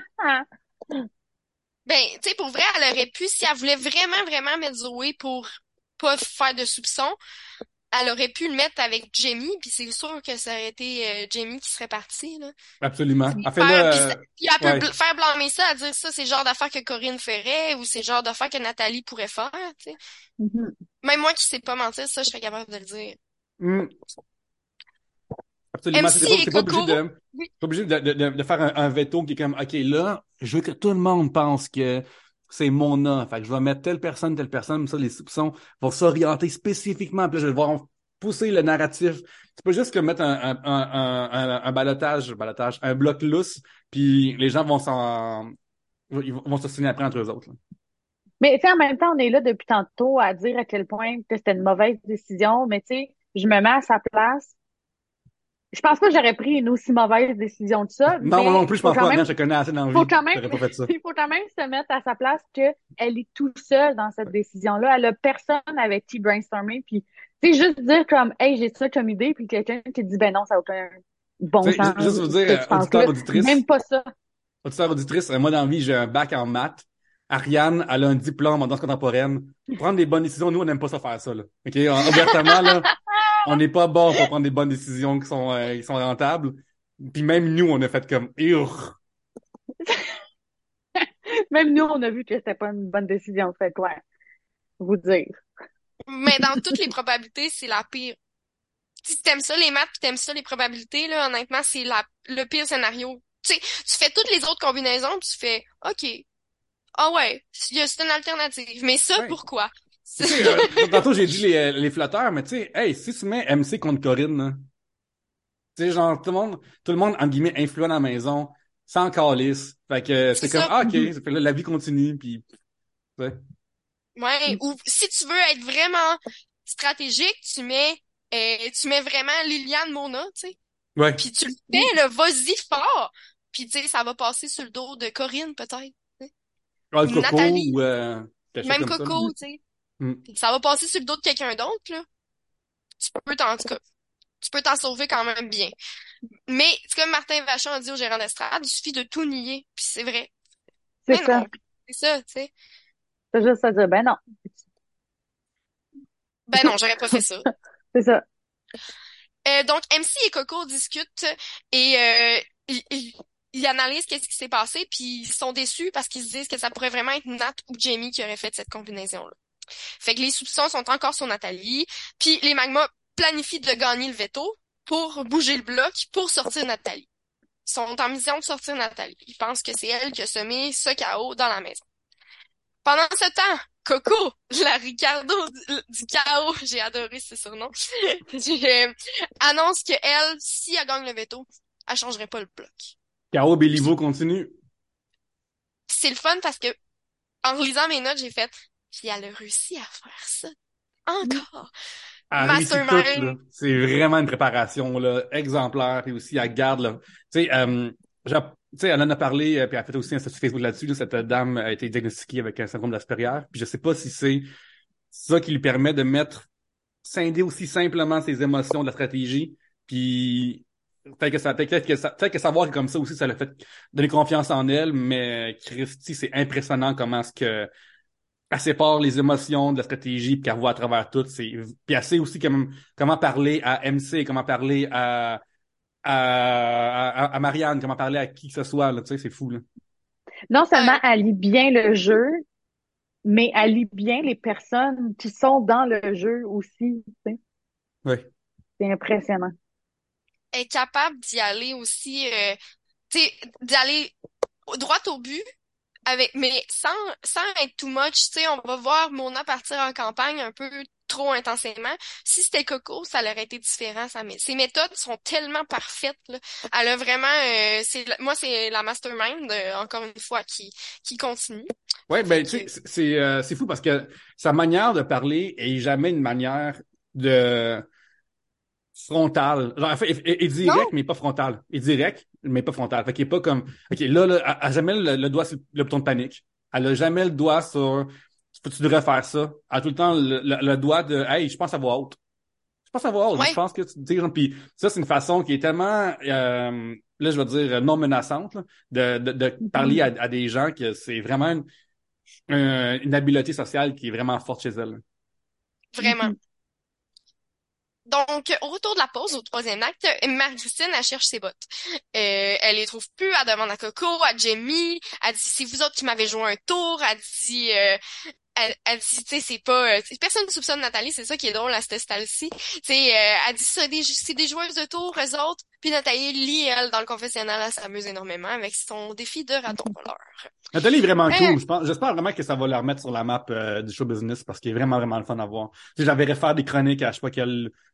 Ben, tu sais, pour vrai, elle aurait pu, si elle voulait vraiment, vraiment mettre Zoé pour pas faire de soupçons, elle aurait pu le mettre avec Jamie, puis c'est sûr que ça aurait été euh, Jamie qui serait parti, là. Absolument. Puis En fait, faire, puis, ça- là, euh, puis elle peut ouais. bl- faire blâmer ça, à dire ça, c'est le genre d'affaires que Corinne ferait, ou c'est le genre d'affaires que Nathalie pourrait faire, tu sais. Mhm. Même moi qui sais pas mentir, ça, je serais capable de le dire. Hmm, absolument. C'est M C pas, et c'est pas obligé Coco, de, oui. pas obligé de, de, de, de faire un, un veto qui est comme, OK, là, je veux que tout le monde pense que c'est Mona. Fait que je vais mettre telle personne, telle personne, comme ça, les soupçons vont s'orienter spécifiquement. Puis là, je vais voir pousser le narratif. Tu peux juste que mettre un, un, un, un, un balotage, balotage, un bloc lousse, puis les gens vont s'en, ils vont se signer après entre eux autres, là. Mais tu sais, en même temps, on est là depuis tantôt à dire à quel point que c'était une mauvaise décision, mais tu sais, je me mets à sa place. Je pense pas que j'aurais pris une aussi mauvaise décision que ça, Non, moi non mais plus, je faut pense quand pas. même, Regarde, je te connais assez dans la faut vie. quand même, J'aurais pas fait ça. il faut quand même se mettre à sa place que elle est toute seule dans cette décision-là. Elle a personne avec qui brainstormer, puis tu sais, juste dire comme, hey, j'ai ça comme idée, puis quelqu'un qui dit, ben non, ça n'a aucun bon Tu sais, sens, ju- juste vous ce dire, que euh, tu penses auditeur, là. auditrice, Même pas ça. auditeur, auditrice, euh, moi dans la vie, j'ai un bac en maths. Ariane, elle a un diplôme en danse contemporaine. Prendre des bonnes décisions, nous, on n'aime pas ça faire ça, là. OK? En- Ouvertement, là, on n'est pas bon pour prendre des bonnes décisions qui sont, euh, qui sont rentables. Puis même nous, on a fait comme, Urgh. Même nous, on a vu que c'était pas une bonne décision. Fait quoi, vous dire. Mais dans toutes les probabilités, c'est la pire. Si t'aimes ça les maths, pis t'aimes ça les probabilités, là, honnêtement, c'est la le pire scénario. Tu sais, tu fais toutes les autres combinaisons, pis tu fais, OK, ah ouais, c'est c'est une alternative. Mais ça, Ouais. pourquoi? Tu sais, euh, tantôt, j'ai dit les, euh, les flotteurs, mais tu sais, hey, si tu mets M C contre Corinne, là, tu sais, genre, tout le monde, tout le monde, entre guillemets, influent dans la maison, sans calice. Fait que euh, C'est c'est comme, ça. ah, OK, ça fait là, la vie continue, puis, tu sais. Ouais. Ou si tu veux être vraiment stratégique, tu mets euh, tu mets vraiment Liliane Mona, tu sais. Ouais. Puis tu le fais, là, vas-y fort. Puis tu sais, ça va passer sur le dos de Corinne, peut-être. Tu sais. Ah, le Ou coco, Nathalie. ou euh, quelque chose Même comme ça, là. Coco, tu sais. Hmm. Ça va passer sur le dos de quelqu'un d'autre, là. Tu peux t'en, en tout cas, tu peux t'en sauver quand même bien. Mais, c'est comme Martin Vachon a dit au gérant d'estrade, il suffit de tout nier, puis c'est vrai. C'est Mais ça. non, c'est ça, tu sais. C'est juste à dire, ben non. Ben non, j'aurais pas fait ça. C'est ça. Euh, donc, M C et Coco discutent et euh, ils, ils- ils analysent qu'est-ce qui s'est passé, puis ils sont déçus parce qu'ils se disent que ça pourrait vraiment être Nat ou Jamie qui aurait fait cette combinaison-là. Fait que les soupçons sont encore sur Nathalie, puis les Magma planifient de gagner le veto pour bouger le bloc pour sortir Nathalie. Ils sont en mission de sortir Nathalie. Ils pensent que c'est elle qui a semé ce chaos dans la maison. Pendant ce temps, Coco, la Ricardo du, du chaos, j'ai adoré ce surnom, euh, annonce que elle, si elle gagne le veto, elle changerait pas le bloc. K O Puis Béliveau continue. c'est le fun parce que en relisant mes notes, j'ai fait, puis elle a réussi à faire ça encore. Elle réussit tout, là. Mastermind. C'est vraiment une préparation, là, exemplaire, puis aussi, elle garde, là. Tu sais, euh, j'ai- tu sais, elle en a parlé, euh, puis elle a fait aussi un statut Facebook là-dessus, là, cette dame a été diagnostiquée avec un syndrome d'Asperger, puis je sais pas si c'est ça qui lui permet de mettre, scinder aussi simplement ses émotions de la stratégie, puis peut-être que ça, peut-être que ça, peut-être que savoir que comme ça aussi, ça l'a fait donner confiance en elle, mais Christy, c'est impressionnant comment est-ce que elle sépare les émotions de la stratégie puis qu'elle voit à travers tout. C'est, puis elle sait aussi comment, comment parler à M C, comment parler à, à, à, à Marianne, comment parler à qui que ce soit, là, tu sais, c'est fou, là. Non seulement Ouais. elle lit bien le jeu, mais elle lit bien les personnes qui sont dans le jeu aussi. Tu sais. Oui. C'est impressionnant. Elle est capable d'y aller aussi, euh, tu sais, d'y aller droit au but, avec, mais sans, sans être too much, tu sais, on va voir Mona partir en campagne un peu trop intensément. Si c'était Coco, ça aurait été différent. Ça, mais ses méthodes sont tellement parfaites, là. Elle a vraiment, euh, c'est, moi, c'est la mastermind, euh, encore une fois, qui, qui continue. Ouais, Fait ben, tu sais, que, c'est, c'est euh, c'est fou parce que sa manière de parler est jamais une manière de frontale. Genre, en fait, est, est- est direct, non, mais pas frontal. Est direct, mais pas frontal. Fait qu'il est pas comme, OK, là, là, elle a jamais le, le doigt sur le bouton de panique. Elle a jamais le doigt sur, tu tu devrais faire ça. Elle a tout le temps le, le, le doigt de, hey, je pense à voix haute. Je pense à voix haute. Je ouais, pense que tu tu sais, genre, puis ça, c'est une façon qui est tellement, euh, là, je vais dire, non menaçante, là, de, de, de parler à, Mhm. à des gens que c'est vraiment une, une, une habileté sociale qui est vraiment forte chez elle, là. vraiment. Mhm. Donc, au retour de la pause, au troisième acte, Marie-Christine, elle cherche ses bottes. Euh, elle les trouve plus, elle demande à Coco, à Jamie, elle dit, c'est vous autres qui m'avez joué un tour, elle dit, euh, elle, elle dit, tu sais, c'est pas, euh, personne ne soupçonne Nathalie, c'est ça qui est drôle à cette style-ci. Tu sais, euh, elle dit ça, des, c'est des joueuses de tour, eux autres. Puis Nathalie lit, elle, dans le confessionnal, elle s'amuse énormément avec son défi de raton voleur. Nathalie est vraiment Euh, cool. Je pense, j'espère vraiment que ça va la remettre sur la map euh, du show business parce qu'il est vraiment, vraiment le fun à voir. Tu sais, j'avais faire des chroniques à je sais pas quel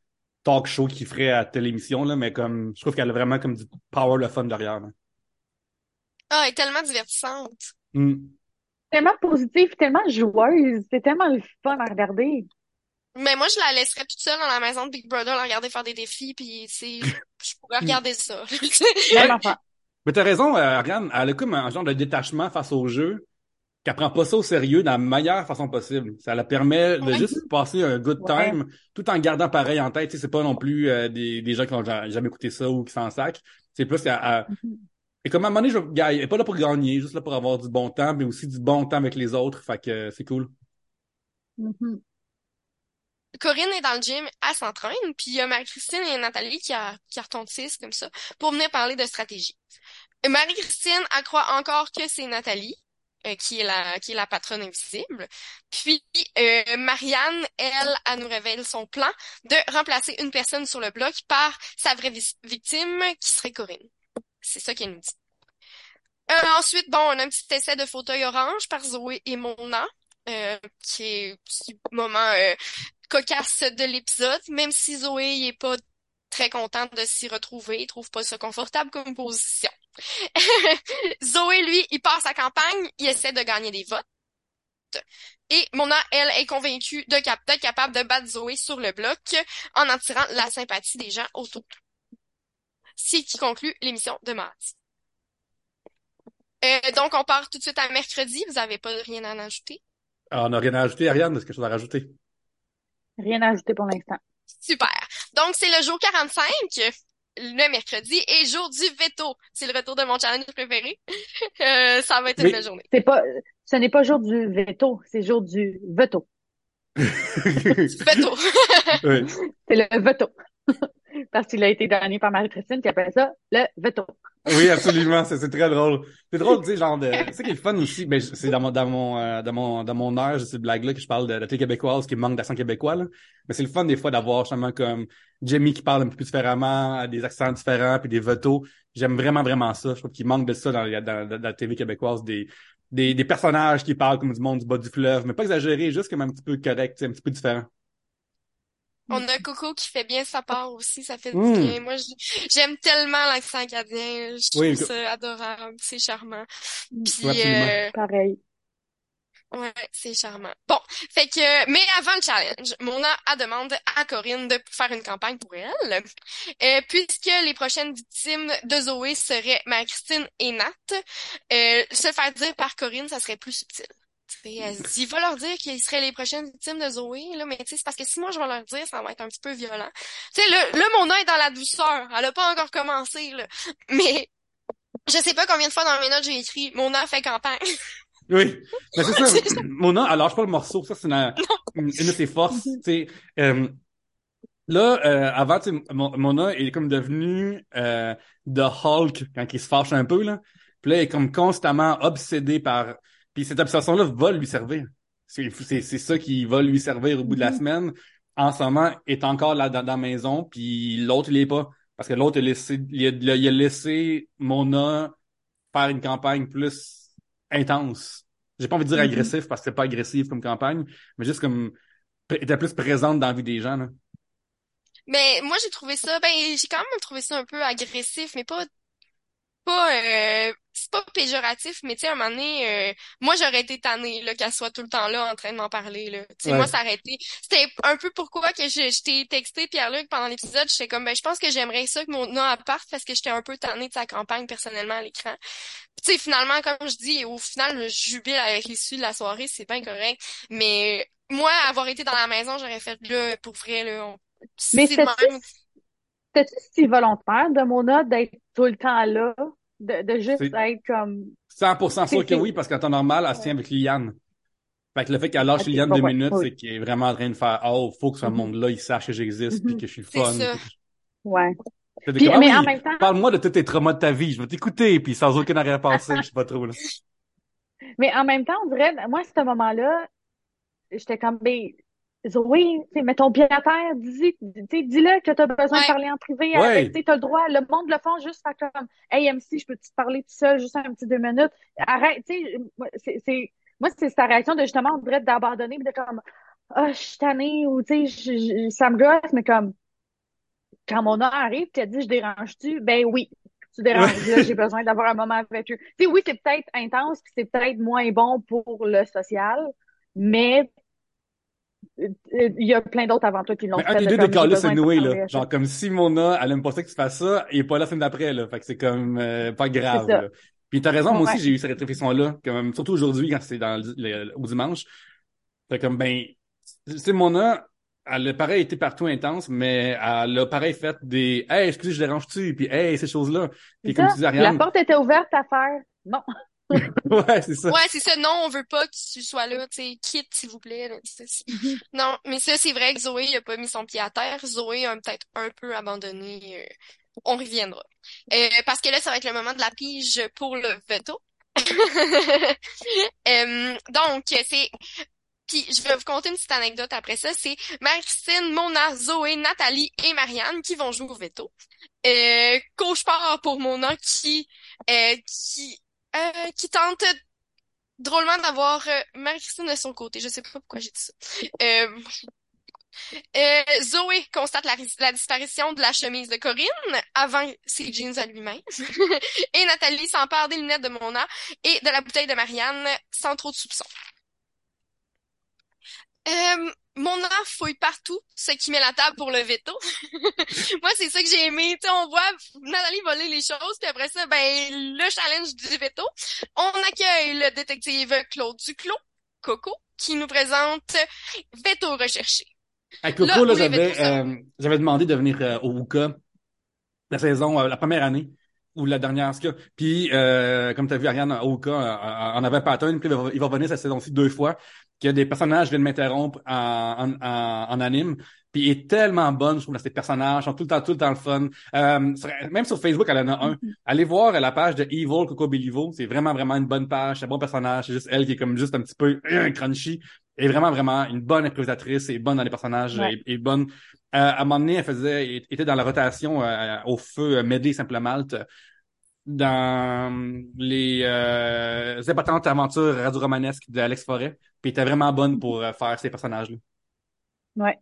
talk show qu'il ferait à telle émission, là, mais comme, je trouve qu'elle a vraiment comme du power, le fun derrière, là. Ah, elle est tellement divertissante. Mm. Tellement positive, tellement joueuse. C'est tellement le fun à regarder. Mais moi, je la laisserais toute seule dans la maison de Big Brother, la regarder faire des défis, puis c'est, je pourrais Mm. regarder ça. Même Ouais. affaire. Mais t'as raison, euh, Ariane, elle a comme un genre de détachement face au jeu, qu'elle prend pas ça au sérieux de la meilleure façon possible. Ça la permet de Ouais. juste passer un good Ouais. time, tout en gardant pareil en tête. Tu sais, c'est pas non plus euh, des, des gens qui ont ja- jamais écouté ça ou qui s'en sacent. C'est plus qu'elle, elle- Mhm. et comme à un moment donné, je, vais- elle est pas là pour gagner, juste là pour avoir du bon temps, mais aussi du bon temps avec les autres. Fait que euh, c'est cool. Mhm. Corinne est dans le gym, elle s'entraîne, puis il y a Marie-Christine et Nathalie qui, a, qui retentissent comme ça pour venir parler de stratégie. Et Marie-Christine, elle croit encore que c'est Nathalie, euh, qui est la, qui est la patronne invisible. Puis euh, Marianne, elle, elle nous révèle son plan de remplacer une personne sur le bloc par sa vraie vi- victime, qui serait Corinne. C'est ça qu'elle nous dit. Euh, ensuite, bon, on a un petit essai de fauteuil orange par Zoé et Mona, euh, qui est un petit moment euh, cocasse de l'épisode, même si Zoé il est pas très contente de s'y retrouver, il trouve pas ça confortable comme position. Zoé, lui, il part sa campagne, il essaie de gagner des votes. Et Mona, elle, est convaincue de cap d'être capable de battre Zoé sur le bloc en en tirant la sympathie des gens autour. C'est qui conclut l'émission de mardi. Euh, donc, on part tout de suite à mercredi. Vous avez pas rien à en ajouter? Alors, on n'a rien à ajouter, Ariane, est-ce que quelque chose à rajouter? Rien à ajouter pour l'instant. Super. Donc, c'est le jour quarante-cinq, le mercredi, et jour du veto. C'est le retour de mon challenge préféré. Euh, ça va être une belle Oui. journée. C'est pas, ce n'est pas jour du veto, c'est jour du veto. Veto. Oui. C'est le veto. Parce qu'il a été donné par Marie-Christine qui appelle ça le veto. Oui, absolument, c'est c'est très drôle. C'est drôle, tu sais, genre de, tu sais qui est le fun aussi, ben c'est dans mon dans mon euh, dans mon dans mon heure, j'ai cette blague là que je parle de la télé québécoise qui manque d'accent québécois là. Mais c'est le fun des fois d'avoir justement comme Jamie qui parle un peu plus différemment, des accents différents puis des vetos. J'aime vraiment vraiment ça. Je trouve qu'il manque de ça dans, la- dans, dans la T V québécoise, des des des personnages qui parlent comme du monde du bas du fleuve, mais pas exagéré, juste comme un petit peu correct, tu sais, un petit peu différent. On a Coco qui fait bien sa part aussi, ça fait du bien. Hum. Moi, j- j'aime tellement l'accent acadien. Je trouve Oui, ça adorable, c'est charmant. oui, Puis, absolument. euh, Pareil. ouais, c'est charmant. Bon, fait que, mais avant le challenge, Mona a demande à Corinne de faire une campagne pour elle, euh, puisque les prochaines victimes de Zoé seraient Marie-Christine et Nat. Euh, se faire dire par Corinne, ça serait plus subtil. Tu sais, elle se dit, va leur dire qu'ils seraient les prochaines victimes de Zoé, là, mais tu sais, c'est parce que si moi je vais leur dire, ça va être un petit peu violent. Tu sais, là, là, Mona est dans la douceur. Elle a pas encore commencé, là. Mais, je sais pas combien de fois dans mes notes j'ai écrit, Mona fait campagne. Oui, mais c'est ça. C'est ça. Mona, elle lâche pas le morceau. Ça, c'est une, une, une de ses forces. Mhm. Tu sais, euh, là, euh, avant, tu sais, Mo- Mona est comme devenue euh, The Hulk quand il se fâche un peu là. Puis là, elle est comme constamment obsédée par. Puis cette obsession-là va lui servir. C'est c'est c'est ça qui va lui servir au bout de la Mhm. semaine. En ce moment, est encore là dans, dans la maison, puis l'autre il est pas parce que l'autre a laissé, il a, il a laissé Mona faire une campagne plus intense. J'ai pas envie de dire Mhm. agressif parce que c'est pas agressif comme campagne, mais juste comme pr- était plus présente dans la vie des gens, là. Mais moi, j'ai trouvé ça, ben, j'ai quand même trouvé ça un peu agressif, mais pas, pas, euh, c'est pas péjoratif, mais tu sais, à un moment donné, euh, moi, j'aurais été tannée, là, qu'elle soit tout le temps là en train de m'en parler, là. Tu sais, moi, Ouais. ça aurait été, c'était un peu pourquoi que je, je t'ai texté, Pierre-Luc, pendant l'épisode, j'étais comme, ben, je pense que j'aimerais ça que mon nom parte parce que j'étais un peu tannée de sa campagne, personnellement, à l'écran. Tu sais, finalement, comme je dis, au final, je jubile avec l'issue de la soirée, c'est bien correct, mais moi, avoir été dans la maison, j'aurais fait, là, pour vrai, là, on- Mais c'est de c'était-tu, même. c'était-tu si volontaire de Mona d'être tout le temps là, de, de juste C'est être comme, cent pour cent c'est, sûr que c'est, oui, parce qu'en temps normal, elle se tient ouais. avec Liliane. Fait que le fait qu'elle lâche Ok, Liliane bon, deux ouais, minutes, oui. c'est qu'elle est vraiment en train de faire, oh, faut que ce Mhm. monde-là, il sache que j'existe, puis Mhm. que je suis le C'est fun, ça. puis que je... Ouais. C'était Puis, comme, ah mais en oui, même temps, parle-moi de tous tes traumas de ta vie, je vais t'écouter, puis sans aucun arrière-pensée, je sais pas trop, là. mais en même temps, on dirait, moi, à ce moment-là, j'étais comme, ben, Zoé, tu sais, mets ton pied à terre, dis, tu sais, dis-le que tu as besoin de Ouais. parler en privé avec, Ouais, tu sais, t'as le droit, le monde le font juste faire comme, hey, M C, je peux te parler tout seul, juste un petit deux minutes. Arrête, tu sais, moi, c'est, c'est, moi, c'est sa réaction de justement, on dirait d'abandonner, puis de comme, ah, je suis tannée, ou tu sais, je- je- ça me gosse, mais comme, quand mon heure arrive, tu as dit, je dérange-tu? Ben oui, tu déranges. Là, j'ai besoin d'avoir un moment avec eux. Tu sais, oui, c'est peut-être intense, puis c'est peut-être moins bon pour le social, mais euh, il y a plein d'autres avant toi qui l'ont Mais un fait, des de deux comme, j'ai décalés, c'est besoin de Noé, là. parler à ça. Genre, comme si Mona, elle aime pas ça que tu fasses ça, il est pas là la semaine d'après, là. Fait que c'est comme, euh, pas C'est grave, ça. là. Puis t'as raison, moi aussi, Ouais. j'ai eu cette réflexion-là, comme, surtout aujourd'hui, quand c'est dans le, le- au dimanche. Fait comme, ben, tu sais, Mona, elle a pareil été partout intense, mais elle a pareil fait des, hey, excusez, je dérange-tu? Puis, hey, ces choses-là. C'est Puis, comme tu ça. dis, La Ariane, porte était ouverte à faire. Non. ouais, c'est ça. Ouais, c'est ça. Non, on veut pas que tu sois là. Tu sais, quitte, s'il vous plaît. Là, c'est ça. Mhm. Non, mais ça, c'est vrai que Zoé, il a pas mis son pied à terre. Zoé a peut-être un peu abandonné. euh, On reviendra. Euh, parce que là, ça va être le moment de la pige pour le veto. Euh, donc, c'est... Puis, je vais vous conter une petite anecdote après ça. C'est Marie-Christine, Mona, Zoé, Nathalie et Marianne qui vont jouer au veto. Euh, cauchemar pour Mona qui... euh, qui... euh, qui tente drôlement d'avoir euh, Marie-Christine de son côté. Je sais pas pourquoi j'ai dit ça. Euh, euh, Zoé constate la, la disparition de la chemise de Corinne avant ses jeans à lui-même. Et Nathalie s'empare des lunettes de Mona et de la bouteille de Marianne sans trop de soupçons. Euh, Mona fouille partout, ce qui met la table pour le veto. Moi, c'est ça que j'ai aimé. Tu sais, on voit Nathalie voler les choses, puis après ça, ben, le challenge du veto. On accueille le détective Claude Duclos, Coco, qui nous présente Veto recherché. À Là Coco, là, où les j'avais, vétos seront... euh, j'avais demandé de venir euh, au Wuka la saison, euh, la première année, ou la dernière, en tout cas. Puis, euh, comme tu as vu, Ariane, au Wuka, euh, en avait pattern, puis il va, il va revenir cette saison-ci deux fois, que des personnages viennent m'interrompre en, en, en, en anime. Puis il est tellement bonne, je trouve, dans ces personnages, ils sont tout le temps, tout le temps le fun. Euh, sur- même sur Facebook, elle en a un. Mhm. Allez voir la page de Evil Coco Bellivo. C'est vraiment, vraiment une bonne page. C'est un bon personnage. C'est juste elle qui est comme juste un petit peu euh, crunchy. Elle est vraiment, vraiment une bonne improvisatrice. Elle est bonne dans les personnages. Ouais. Elle est bonne. Euh, à un moment donné, elle faisait, était dans la rotation euh, au feu euh, Médée Simple Malte dans les euh, épatantes aventures radio-romanesques d'Alex Forêt. Puis elle était vraiment bonne pour euh, faire ces personnages-là. Ouais.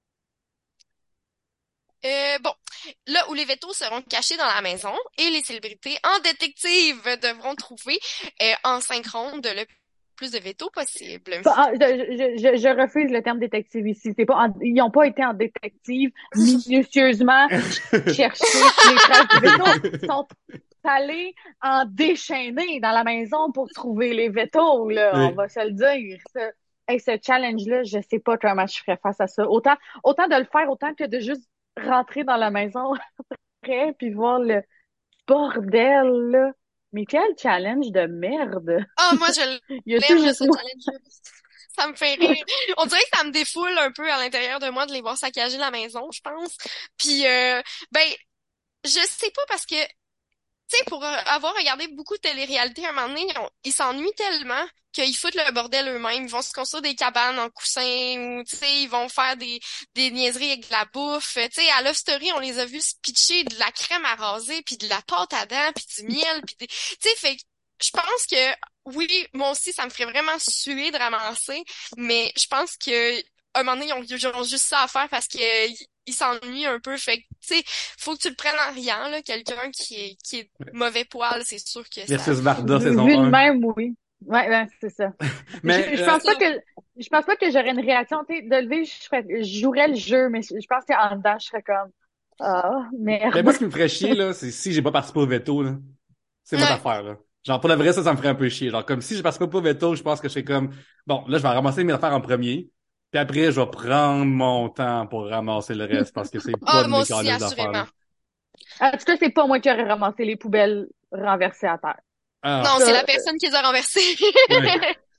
Euh, bon, là où les vétos seront cachés dans la maison et les célébrités en détective devront trouver euh, en synchrone de le plus de vétos possible. Pas- ah, je, je, je, je refuse le terme détective ici. C'est pas en- ils n'ont pas été en détective minutieusement chercher les traces du veto. Ils sont allés en déchaîner dans la maison pour trouver les vétos, là. On Oui. va se le dire. Ce, hey, ce challenge-là, je sais pas comment je ferais face à ça. Autant, autant de le faire, autant que de juste rentrer dans la maison après puis voir le bordel, là. Mais quel challenge de merde! Ah, moi, je Y a-tu l'aime, là, juste ce moi? challenge. Ça me fait rire. On dirait que ça me défoule un peu à l'intérieur de moi de les voir saccager la maison, je pense. Puis, euh, ben, je sais pas parce que tu sais, pour euh, avoir regardé beaucoup de télé-réalité, à un moment donné, ils, ont- ils s'ennuient tellement qu'ils foutent le bordel eux-mêmes. Ils vont se construire des cabanes en coussin ou, tu sais, ils vont faire des, des niaiseries avec de la bouffe. Tu sais, à Love Story, on les a vus se pitcher de la crème à raser, puis de la pâte à dents, puis du miel, puis des... Tu sais, fait que je pense que, oui, moi aussi, ça me ferait vraiment suer de ramasser, mais je pense que à un moment donné, ils ont, ils ont juste ça à faire parce que ils s'ennuient un peu. Fait que, tu sais, faut que tu le prennes en riant, là. Quelqu'un qui est, qui est mauvais poil, c'est sûr que ça... Versus Varda, Vu, saison vu de un. même, oui. Ouais, ouais, c'est ça. Je, Mais je euh, pense pas Ça. que je pense pas que j'aurais une réaction, tu sais, de lever, je ferais, je jouerais le jeu, mais je, je pense qu'en dedans, je serais comme ah ben moi, merde. ce qui me ferait chier, là, c'est si j'ai pas participé au veto, là. C'est votre Ouais. affaire, là. Genre, pour la vraie, ça, ça me ferait un peu chier. Genre, comme si je participais pas au veto, je pense que je serais comme, bon, là, je vais ramasser mes affaires en premier. Puis après, je vais prendre mon temps pour ramasser le reste parce que c'est pas Ah, de moi mes aussi, calices d'affaires, là. assurément. En tout cas, c'est pas moi qui aurais ramassé les poubelles renversées à terre. Ah, Non, c'est Ça, la personne qui les a renversés. ouais.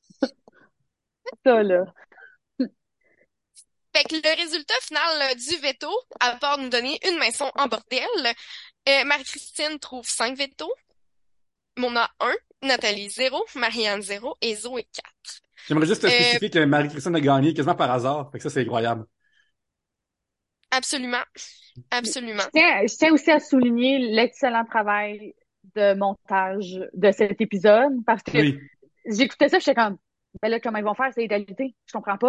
ça là. Fait que le résultat final euh, du veto, à part nous donner une maison en bordel, euh, Marie-Christine trouve cinq vétos, Mona un, Nathalie zéro, Marianne zéro et Zoé quatre. J'aimerais juste te Euh, spécifier que Marie-Christine a gagné quasiment par hasard. Fait que ça, c'est incroyable. absolument, Je absolument. tiens, je tiens aussi à souligner l'excellent travail de montage de cet épisode parce que Oui. j'écoutais ça, j'étais comme, ben là, comment ils vont faire, c'est l'égalité? Je comprends pas.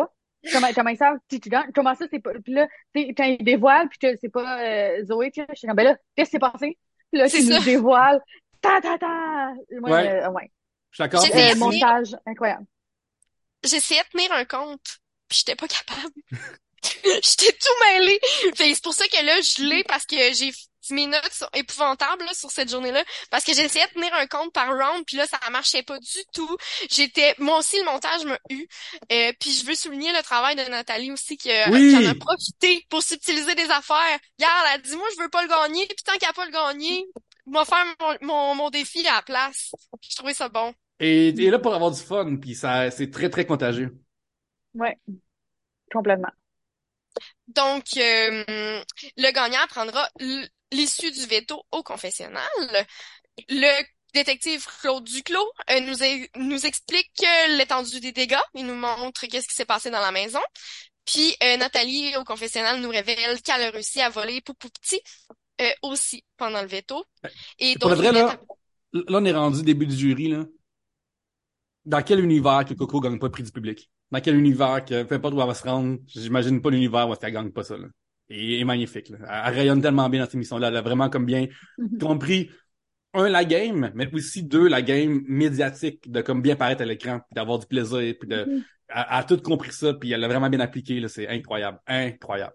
Comment, comment ils savent si tu gagnes? Comment ça, c'est pas. Puis là, tu sais, quand ils dévoilent, puis que c'est pas euh, Zoé, tu sais, je suis comme, ben là, qu'est-ce qui s'est passé? Puis là, C'est tu nous ça. le dévoiles. Ta, ta, ta! Moi, Ouais, euh, ouais. je suis d'accord. Puis J'essayais Euh, de tenir, aussi, montage, incroyable. j'essayais de tenir un compte, puis j'étais pas capable. J'étais tout mêlée. Fait, c'est pour ça que là, je l'ai parce que j'ai mes notes sont épouvantables là, sur cette journée-là parce que j'essayais de tenir un compte par round puis là ça marchait pas du tout. J'étais moi aussi le montage m'a eu. Euh, puis je veux souligner le travail de Nathalie aussi qui, a- qui en a oui! profité pour subtiliser des affaires. Regarde, elle dit moi je veux pas le gagner puis tant qu'elle a pas le gagné, m'a faire mon, mon, mon défi à la place. Je trouvais ça bon. Et, et là pour avoir du fun, puis ça, c'est très, très contagieux. Ouais, complètement. Donc, euh, le gagnant prendra l- l'issue du veto au confessionnal. Le détective Claude Duclos euh, nous, e- nous explique euh, l'étendue des dégâts. Il nous montre qu'est-ce qui s'est passé dans la maison. Puis euh, Nathalie, au confessionnal, nous révèle qu'elle a réussi à voler Poupou Petit euh, aussi pendant le veto. Et Et pour le donc, vrai, il met à... là, là, on est rendu début du jury, là. Dans quel univers que Coco gagne pas le prix du public? Dans quel univers que, peu importe où elle va se rendre, j'imagine pas l'univers où elle gagne pas ça, là. Et, et magnifique, là. Elle, elle rayonne tellement bien dans cette émission-là. Elle a vraiment comme bien compris, un, la game, mais aussi deux, la game médiatique de comme bien paraître à l'écran, puis d'avoir du plaisir, puis de, elle, elle a tout compris ça, puis elle l'a vraiment bien appliqué, là. C'est incroyable. Incroyable.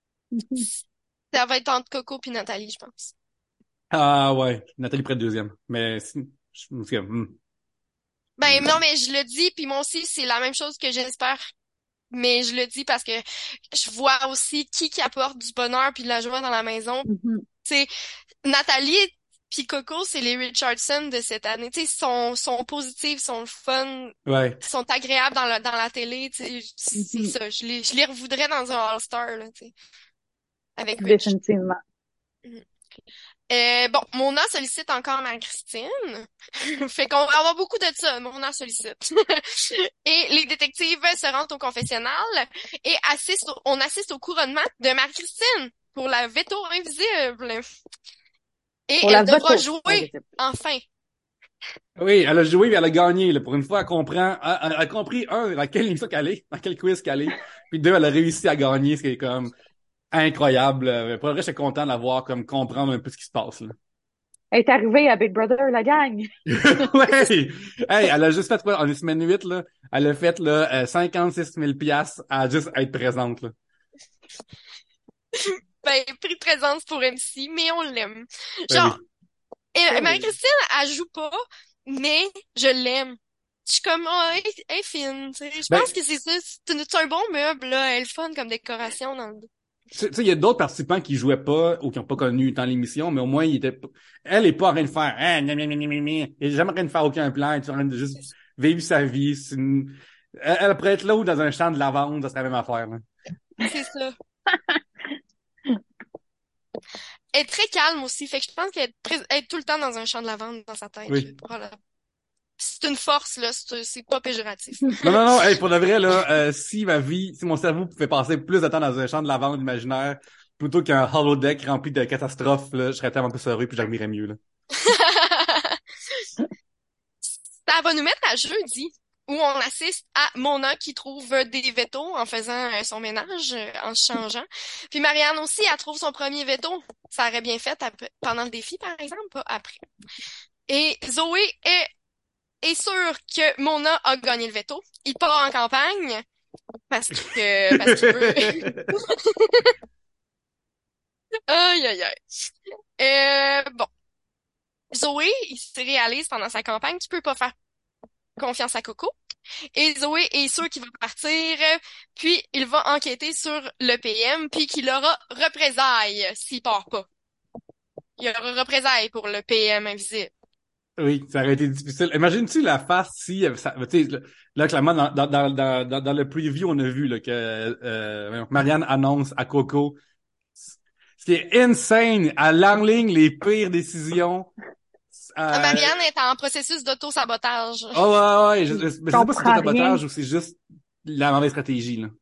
Ça va être entre Coco puis Nathalie, je pense. Ah ouais, Nathalie près de deuxième. Mais, si- je, en tout cas, hmm, Ben non, hmm. mais je le dis, puis moi aussi, c'est la même chose que j'espère. Mais je le dis parce que je vois aussi qui qui apporte du bonheur puis de la joie dans la maison. Tu sais, Nathalie puis Coco, c'est les Richardson de cette année. Tu sais, sont sont positifs, sont le fun, Ouais. sont agréables dans la dans la télé. Tu sais, c'est Mhm. ça. Je les je les revoudrais dans un All-Star là, tu sais, avec Rich. Définitivement. Mhm. Euh, bon, Mona sollicite encore Marie-Christine. Fait qu'on va avoir beaucoup de ça. Mona sollicite. Et les détectives se rendent au confessionnal et assistent au- on assiste au couronnement de Marie-Christine pour la veto invisible. Et Pour la elle devra voto. jouer, enfin. Oui, elle a joué, puis elle a gagné. Là. Pour une fois, elle comprend. Elle, elle a compris, un, dans quelle émission qu'elle est, dans quel quiz qu'elle est. Puis deux, elle a réussi à gagner, ce qui est comme incroyable. Euh, Pour le vrai, je suis content de la voir comme comprendre un peu ce qui se passe. Là. Elle est arrivée à Big Brother, la gang. Ouais! Hey, elle a juste fait quoi? En une semaine huit, là, elle a fait là, euh, cinquante-six mille piastres à juste être présente. Là. Ben, prix de présence pour M C, mais on l'aime. Ben Genre, oui. et Ben oui. Marie-Christine, elle joue pas, mais je l'aime. Je suis comme, oh, elle, elle est fine, tu sais. Je Ben, pense que c'est ça. C'est un, c'est un bon meuble, là. Elle est fun comme décoration dans le dos. tu sais, tu sais, il y a d'autres participants qui jouaient pas ou qui n'ont pas connu tant l'émission, mais au moins, il était, p- elle est pas en train de faire, hein, gna, gna, gna, gna, gna, gna. Elle est jamais en train de faire aucun plan, elle est en train de juste vivre sa vie. C'est une- Elle, elle pourrait être là ou dans un champ de lavande, ça serait la même affaire, là. C'est ça. Elle est très calme aussi, fait que je pense qu'elle est, très- elle est tout le temps dans un champ de lavande dans sa tête. Oui. Voilà. C'est une force, là. C'est c'est pas péjoratif. Non, non, non, hey, pour de vrai, là, euh, si ma vie, si mon cerveau pouvait passer plus de temps dans un champ de lavande imaginaire plutôt qu'un holodeck rempli de catastrophes, là, je serais tellement plus heureux puis j'admirais mieux, là. Ça va nous mettre à jeudi, où on assiste à Mona qui trouve des vétos en faisant euh, son ménage, euh, en se changeant. Puis Marianne aussi, elle trouve son premier veto. Ça aurait bien fait ap- pendant le défi, par exemple, pas après. Et Zoé est, est sûre que Mona a gagné le veto. Il part en campagne parce que parce qu'il veut. Aïe, aïe, aïe. Euh, bon. Zoé, il se réalise pendant sa campagne qu'il peut pas faire confiance à Coco. Et Zoé est sûr qu'il va partir, puis il va enquêter sur le P M, puis qu'il aura représailles s'il part pas. Il y aura représailles pour le P M invisible. Oui, ça aurait été difficile. Imagine-tu la face si, euh, ça, tu sais, là, là, clairement, dans, dans, dans, dans, dans dans le preview, on a vu là, que euh, Marianne annonce à Coco ce qui est insane, elle enligne les pires décisions. Ah, Euh, Marianne est en processus d'auto-sabotage. oh ouais, ouais, je, Je je, mais je sais pas si c'est du comprends rien. sabotage ou c'est juste la mauvaise stratégie, là.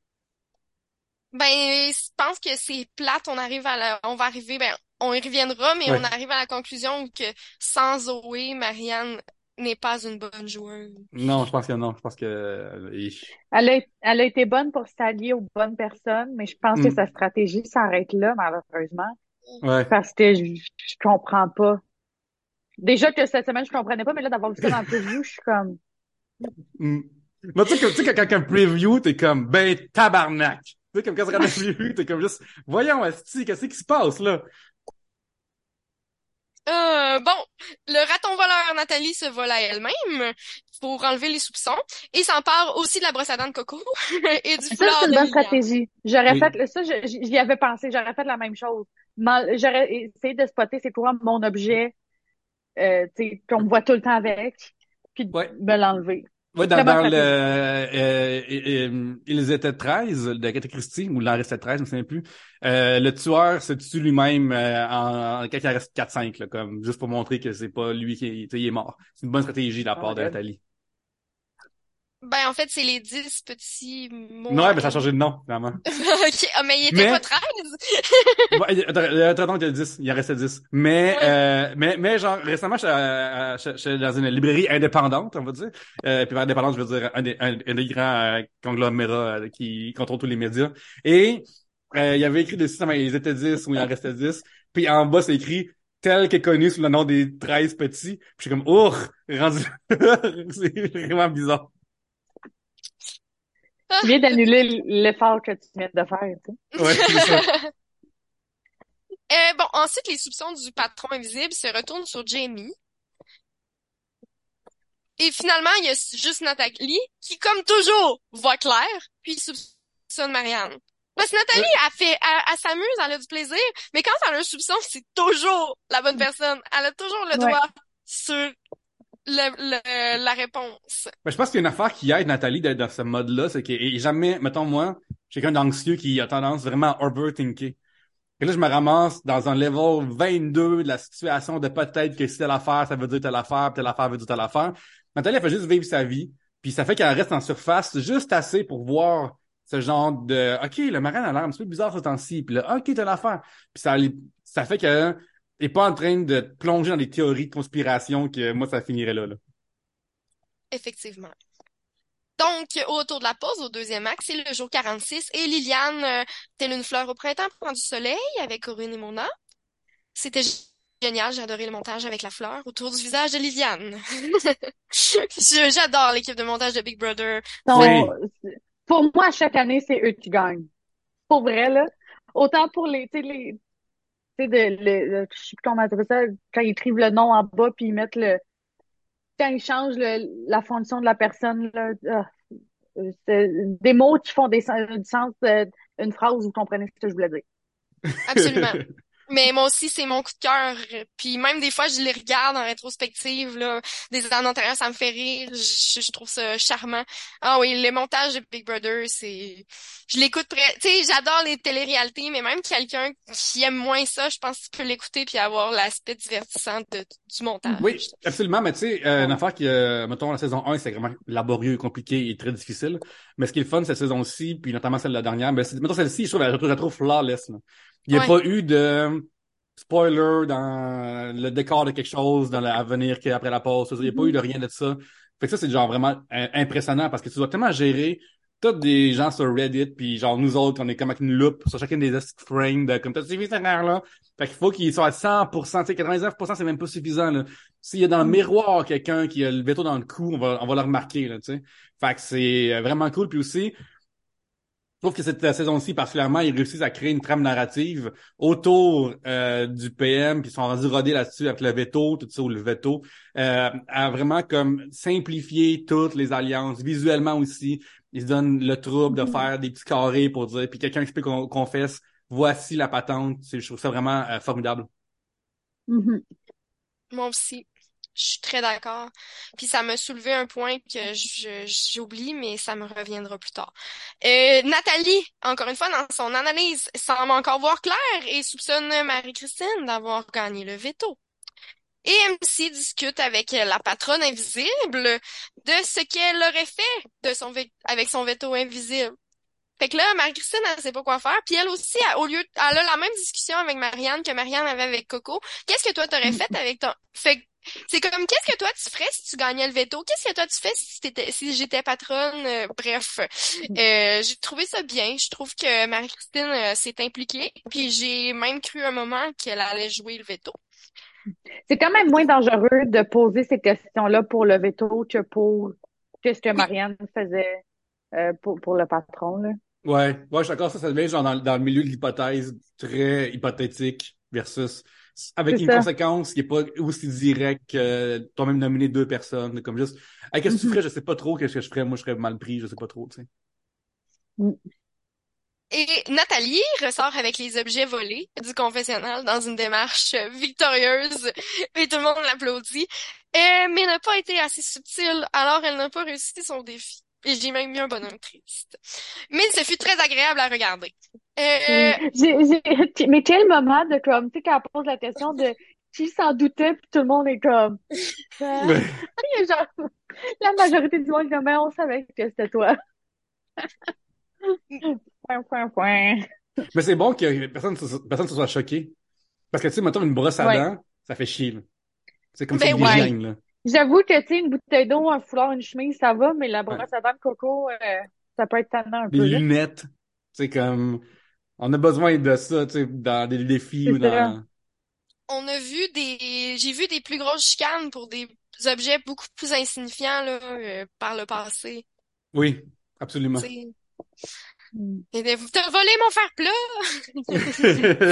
Ben, je pense que c'est plate, on arrive à la, on va arriver, ben, on y reviendra, mais on Ouais. arrive à la conclusion que sans Zoé, Marianne n'est pas une bonne joueuse. Non, je pense que non. Je pense que... euh, ich. Elle a, elle a été bonne pour s'allier aux bonnes personnes, mais je pense que sa Hmm. stratégie s'arrête là, malheureusement. Ouais. Parce que je, je comprends pas. Déjà que cette semaine, je comprenais pas, mais là, d'avoir vu ça dans le preview, je suis comme, Hmm. Mais tu sais, que- tu sais, quand quand un preview, t'es comme, ben, tabarnak. Tu sais, comme quand tu regardes un preview, t'es comme juste, voyons, esti, qu'est-ce qui se passe, là? Euh, bon, le raton voleur Nathalie se vole à elle-même pour enlever les soupçons et s'empare aussi de la brosse à dents de Coco et du ça, c'est foulard une de bonne Liliane. stratégie. J'aurais Oui. fait, ça, je- j'y avais pensé, j'aurais fait la même chose. Mal- J'aurais essayé de spotter c'est quoi mon objet, euh, tu sais, qu'on me voit tout le temps avec, puis de Ouais. me l'enlever. Ouais, dans, Très bonne dans le, stratégie. euh, euh, euh, Ils étaient treize de Agatha Christie, ou il en restait treize, je me souviens plus. Euh, le tueur se tue lui-même euh, en, en- quand il en reste quatre cinq, là, comme, juste pour montrer que c'est pas lui qui est, tu sais, il est mort. C'est une bonne stratégie de la Oh my part de God. Nathalie. Ben, en fait, c'est les dix petits mots Ouais, à ben ça a elle. changé de nom, finalement. Ok, ah, mais il était pas Mais treize. ouais, attends, euh, attends, il y a dix, il en restait dix. Mais, Ouais. euh, mais, mais genre, récemment, je suis à- à- je- je suis dans une librairie indépendante, on va dire. Euh, puis par indépendante, je veux dire un des, un, un des grands euh, conglomérats euh, qui contrôle tous les médias. Et euh, il y avait écrit dessus, ça, ils étaient dix ou il en restait dix. Puis en bas, c'est écrit tel qu'est connu sous le nom des treize petits. Puis je suis comme, oh, rendu c'est vraiment bizarre. Tu viens d'annuler l'effort que tu viens de faire, tu sais. Ouais, c'est ça. Euh, bon, ensuite, les soupçons du patron invisible se retournent sur Jamie. Et finalement, il y a juste Nathalie qui, comme toujours, voit clair, puis soupçonne Marianne. Parce que Nathalie, Euh, elle fait, elle, elle s'amuse, elle a du plaisir, mais quand elle a un soupçon, c'est toujours la bonne personne. Elle a toujours le Ouais. doigt sur le, le- la réponse. Ben, je pense qu'il y a une affaire qui aide Nathalie d'être dans ce mode-là, c'est qu'elle est jamais, mettons moi, je suis quelqu'un d'anxieux qui a tendance vraiment à overthinker. Et là, je me ramasse dans un level vingt-deux de la situation de peut-être que si telle affaire, ça veut dire telle affaire, puis telle affaire veut dire telle affaire. Nathalie, elle fait juste vivre sa vie, puis ça fait qu'elle reste en surface juste assez pour voir ce genre de OK, le marin a l'air un petit peu bizarre ce temps-ci, puis là, OK, telle affaire. Puis ça, ça fait qu'elle est pas en train de plonger dans des théories de conspiration que moi, ça finirait là, là. Effectivement. Donc, autour de la pause, au deuxième acte, c'est le jour quarante-six, et Liliane, euh, telle une fleur au printemps, prend du soleil avec Corinne et Mona. C'était g- génial, j'ai adoré le montage avec la fleur autour du visage de Liliane. Je- J'adore l'équipe de montage de Big Brother. C'est Sont- Oui. pour moi, chaque année, c'est eux qui gagnent. Pour vrai, là. Autant pour les, tu sais, les, tu sais, de, le, le- je sais plus comment on appelle ça, quand ils écrivent le nom en bas puis ils mettent le, quand ils changent le, la fonction de la personne, là, ah, c'est des mots qui font des, sen- du sens, euh, une phrase, vous comprenez ce que je voulais dire. absolument. Mais moi aussi, c'est mon coup de cœur. Puis même des fois, je les regarde en rétrospective, là, des années antérieures, ça me fait rire. Je, je trouve ça charmant. Ah oui, le montage de Big Brother, c'est... Je l'écoute près... Tu sais, j'adore les téléréalités, mais même quelqu'un qui aime moins ça, je pense qu'il peut l'écouter puis avoir l'aspect divertissant de, du Oui, montage. absolument, mais tu sais, euh, une Ouais. affaire qui, euh, mettons, la saison un, c'est vraiment laborieux, compliqué et très difficile. Mais ce qui est le fun, cette saison-ci, puis notamment celle de la dernière, ben, c'est, mettons, celle-ci, je trouve, je la trouve, je la trouve flawless, là. Il n'y a Ouais, pas eu de spoiler dans le décor de quelque chose dans l'avenir qui est après la pause. Il n'y a pas eu Mhm. de rien de ça. Fait que ça, c'est genre vraiment euh, impressionnant parce que tu dois tellement gérer tous des gens sur Reddit, puis genre nous autres, on est comme avec une loupe sur chacune des frames de comme t'as-tu vu cette erreur-là? Fait qu'il faut qu'ils soient à cent pour cent, tu sais, quatre-vingt-dix-neuf pour cent, c'est même pas suffisant, là. S'il y a dans le Mhm. miroir quelqu'un qui a le veto dans le cou, on va, on va le remarquer, là, tu sais. Fait que c'est euh, vraiment cool. Puis aussi, je trouve que cette euh, saison-ci, particulièrement, ils réussissent à créer une trame narrative autour euh, du P M, puis ils sont rendus rodés là-dessus avec le veto, tout ça, ou le veto, euh, à vraiment comme simplifier toutes les alliances, visuellement aussi. Ils se donnent le trouble de Mhm. faire des petits carrés pour dire, puis quelqu'un qui peut qu'on confesse, voici la patente. C'est- Je trouve ça vraiment euh, formidable. Mhm. moi aussi. Je suis très d'accord. Puis ça m'a soulevé un point que je, j'oublie, mais ça me reviendra plus tard. Euh, Nathalie, encore une fois, dans son analyse, semble encore voir clair et soupçonne Marie-Christine d'avoir gagné le veto. Et M C discute avec la patronne invisible de ce qu'elle aurait fait de son vé- avec son veto invisible. Fait que là, Marie-Christine, elle sait pas quoi faire. Puis elle aussi, elle- au lieu, elle a la même discussion avec Marianne que Marianne avait avec Coco. Qu'est-ce que toi t'aurais fait avec ton... Fait que C'est comme, qu'est-ce que toi tu ferais si tu gagnais le veto? Qu'est-ce que toi tu fais si t'étais, si j'étais patronne? Euh, bref, euh, j'ai trouvé ça bien. Je trouve que Marie-Christine euh, s'est impliquée. Puis j'ai même cru un moment qu'elle allait jouer le veto. C'est quand même moins dangereux de poser ces questions-là pour le veto que pour que ce que Oui, Marianne faisait euh, pour, pour le patron, là. Ouais, ouais, je suis d'accord, ça, ça devient genre dans, dans le milieu de l'hypothèse très hypothétique versus avec C'est une ça. conséquence qui est pas aussi directe que toi-même nominer deux personnes, comme juste, hey, qu'est-ce que tu Mhm. ferais? Je sais pas trop, qu'est-ce que je ferais? Moi, je serais mal pris, je sais pas trop, tu sais. et Nathalie ressort avec les objets volés du confessionnal dans une démarche euh, victorieuse et tout le monde l'applaudit. Euh, mais n'a pas été assez subtile, alors elle n'a pas réussi son défi. Et j'ai même mis un bonhomme triste. Mais ce fut très agréable à regarder. Oui. Euh, J'ai, j'ai, mais quel moment de comme, tu sais, quand elle pose la question de qui s'en doutait, puis tout le monde est comme, hein? Il y a genre, la majorité du monde est comme, ben, on savait que c'était toi. Point, point, point. Mais c'est bon que personne ne personne se soit choqué. Parce que, tu sais, mettons une brosse à Ouais, dents, ça fait chier, là. C'est comme c'est de ben oui. ouais. l'hygiène, là. J'avoue que, tu sais, une bouteille d'eau, un foulard, une chemise, ça va, mais la Ouais. brosse à dents de coco, euh, ça peut être tannant un Des peu, là. lunettes, c'est comme, on a besoin de ça, tu sais, dans des défis C'est ou ça. dans, On a vu des, j'ai vu des plus grosses chicanes pour des objets beaucoup plus insignifiants, là, euh, par le passé. oui, absolument. Tu sais. Mm. Et de- T'as volé mon fer-plat!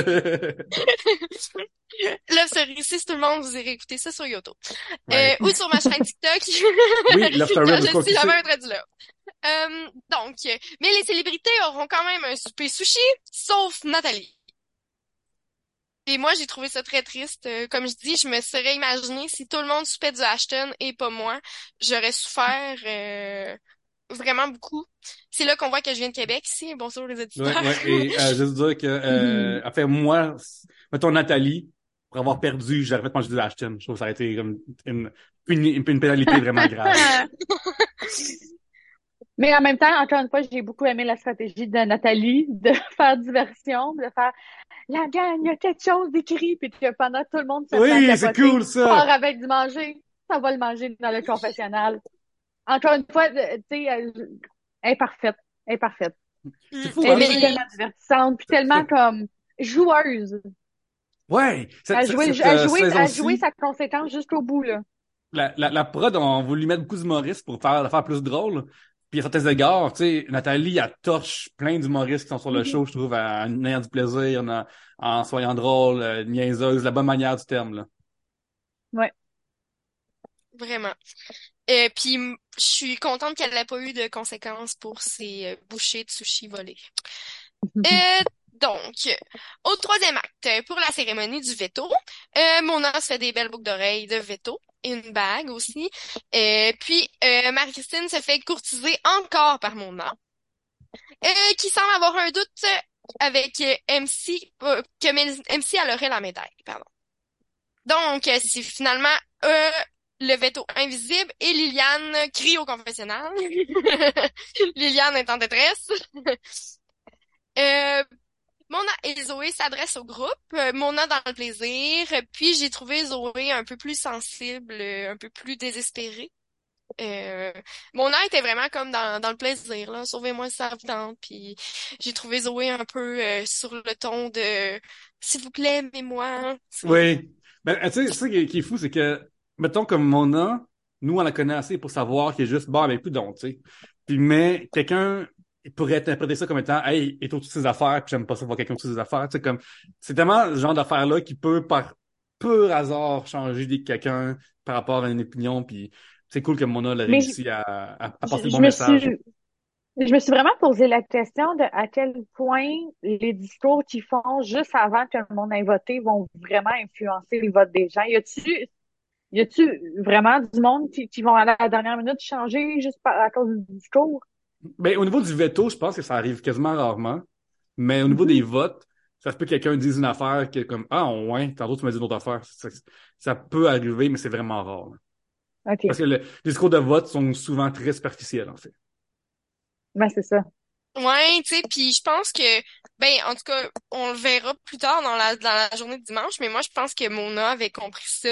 Là, ce récit, tout le monde, vous irez écouter ça sur YouTube. Euh, Ouais. ou sur ma chaîne TikTok, Oui, Love Story quand je underscore suis Q la C. même rendu là. Euh, donc, euh, mais les célébrités auront quand même un souper sushi, sauf Nathalie. Et moi, j'ai trouvé ça très triste. Euh, comme je dis, je me serais imaginé si tout le monde soupait du Ashton et pas moi, j'aurais souffert euh, vraiment beaucoup. C'est là qu'on voit que je viens de Québec ici. Bonjour les Ouais, auditeurs. ouais. Et euh, juste dire que, euh, en fait, moi, c- mettons Nathalie, pour avoir perdu, j'aurais fait manger du Ashton. Je trouve que ça a été comme une, une, une pénalité vraiment grave. Mais en même temps, encore une fois, j'ai beaucoup aimé la stratégie de Nathalie de faire diversion, de faire la gang, il y a quelque chose d'écrit, puis que pendant que tout le monde se met à Oui, c'est capoter, cool, ça! part avec du manger, ça va le manger dans le confessionnal. Encore une fois, euh, tu sais, elle, elle est parfaite, elle est parfaite. C'est Mm. fou, hein? Elle Mais est tellement divertissante, puis tellement Ça- comme joueuse. ouais! Cette, Elle cette, jouait, cette, elle euh, jouait, elle jouait saison-ci, sa conséquence jusqu'au bout, là. la, la, la prod ont voulu mettre beaucoup d'humoristes pour faire, la faire plus drôle. Puis à certains égards, tu sais, Nathalie, elle torche plein d'humoristes qui sont sur le Mhm. show, je trouve, en ayant du plaisir, en, en soyant drôle, euh, niaiseuse, la bonne manière du terme, là. Ouais. vraiment. Euh, puis m- je suis contente qu'elle n'ait pas eu de conséquences pour ses euh, bouchées de sushi volées. Euh, donc, au troisième acte, pour la cérémonie du veto, euh, Mona se fait des belles boucles d'oreilles de veto et une bague aussi. Euh, puis, euh, Marie-Christine se fait courtiser encore par Mona, euh, qui semble avoir un doute avec euh, M C, euh, que M- MC elle aurait la médaille, pardon. Donc, euh, c'est finalement euh, le veto invisible et Liliane crie au confessionnal. Liliane est en détresse. Euh, Mona et Zoé s'adressent au groupe. Euh, Mona dans le plaisir. Puis j'ai trouvé Zoé un peu plus sensible, euh, un peu plus désespérée. Euh, Mona était vraiment comme dans, dans le plaisir, là. Sauvez-moi ça vous tente. Puis j'ai trouvé Zoé un peu euh, sur le ton de s'il vous plaît, aimez-moi. C'est... Oui. Ben, tu sais, ça qui est, qui est fou, c'est que, mettons, comme Mona, nous, on la connaît assez pour savoir qu'il est juste, bon, ben, plus donc, tu sais. Puis, mais, quelqu'un pourrait interpréter ça comme étant, hey, il est au-dessus de ses affaires, puis j'aime pas ça voir quelqu'un au-dessus de ses affaires, tu sais, comme, c'est tellement ce genre d'affaire-là qui peut, par pur hasard, changer d'idée de quelqu'un par rapport à une opinion, puis c'est cool que Mona ait Mais je, réussi à, à, à passer je, le bon je me message. suis, je me suis vraiment posé la question de à quel point les discours qu'ils font juste avant que le monde ait voté vont vraiment influencer le vote des gens. Y a-tu, y a-tu vraiment du monde qui, qui vont à la dernière minute changer juste par, à cause du discours? Ben, au niveau du veto, je pense que ça arrive quasiment rarement. Mais au niveau des Mhm. votes, ça se peut que quelqu'un dise une affaire qui est comme, ah, ouais, tantôt tu m'as dit une autre affaire. Ça, ça peut arriver, mais c'est vraiment rare, là. OK. Parce que le- les discours de vote sont souvent très superficiels, en fait. Ben, c'est ça. Ouais, tu sais, puis je pense que, ben, en tout cas, on le verra plus tard dans la, dans la journée de dimanche, mais moi, je pense que Mona avait compris ça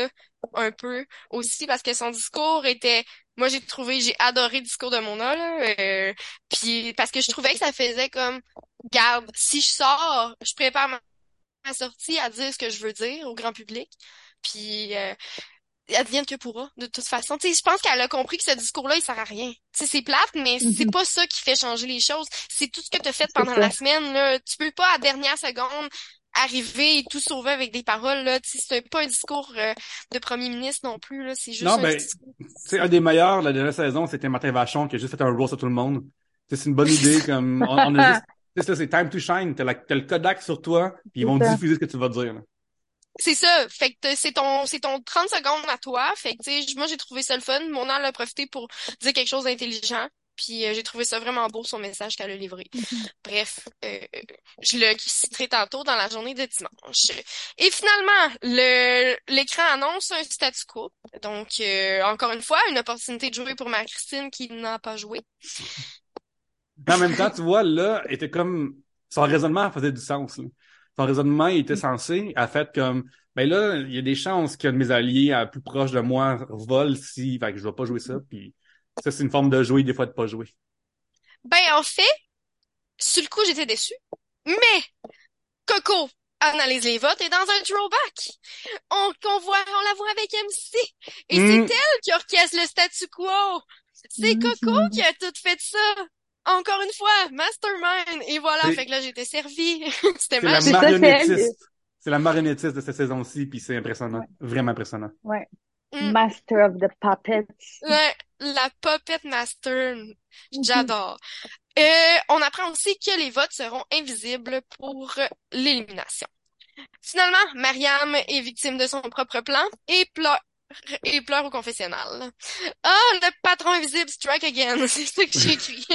un peu aussi parce que son discours était, moi j'ai trouvé, j'ai adoré le discours de Mona là, euh, puis parce que je trouvais que ça faisait comme, garde, si je sors, je prépare ma, ma sortie à dire ce que je veux dire au grand public, puis euh, advienne que pourra, de toute façon. Tu sais, je pense qu'elle a compris que ce discours-là, il sert à rien. Tu sais, c'est plate, mais c'est Mhm. pas ça qui fait changer les choses. C'est tout ce que tu as fait C'est pendant la ça. semaine, là. Tu peux pas, à dernière seconde, arriver et tout sauver avec des paroles, là. Tu sais, c'est pas un discours euh, de premier ministre non plus, là. C'est juste Non, un ben, discours. tu sais, un des meilleurs la dernière saison, c'était Martin Vachon qui a juste fait un roast à tout le monde. Tu sais, c'est une bonne idée, comme, on, on a juste, tu sais, ça, c'est time to shine. T'as, la, t'as le Kodak sur toi, puis ils C'est vont ça. diffuser ce que tu vas dire, là. C'est ça. Fait que t'as- c'est ton, c'est ton trente secondes à toi. Fait que, tu sais, moi, j'ai trouvé ça le fun. Mon âne a profité pour dire quelque chose d'intelligent. Puis euh, j'ai trouvé ça vraiment beau, son message qu'elle a livré. Mhm. Bref, euh, je le citerai tantôt dans la journée de dimanche. Et finalement, le l'écran annonce un statu quo. Donc, euh, encore une fois, une opportunité de jouer pour Marie-Christine qui n'a pas joué. Mais en même temps, tu vois, là, était comme, son raisonnement faisait du sens, là. Son raisonnement, il était censé, a fait comme, ben là, il y a des chances qu'un de mes alliés euh, plus proche de moi vole si, fait que je vais pas jouer ça, puis ça, c'est une forme de jouer, des fois de pas jouer. Ben, en fait, sur le coup, j'étais déçue. Mais Coco analyse les votes et dans un throwback. On, qu'on voit, on la voit avec M C. Et c'est Hum, elle qui orchestre le statu quo. C'est Coco qui Mhm. a tout fait ça. Encore une fois, mastermind. Et voilà, fait c'est, que là, j'étais servie. C'était c'est la C'est ça, magique. c'est elle. marionnettiste. C'est la marionnettiste de cette saison-ci, puis c'est impressionnant. Ouais, Vraiment impressionnant. ouais. Mm, Master of the Puppets. ouais, la Puppet Master. Mhm. J'adore. Euh, on apprend aussi que les votes seront invisibles pour l'élimination. Finalement, Mariam est victime de son propre plan et pleure, et pleure au confessionnal. Ah, le patron invisible strike again. C'est ça que j'ai écrit.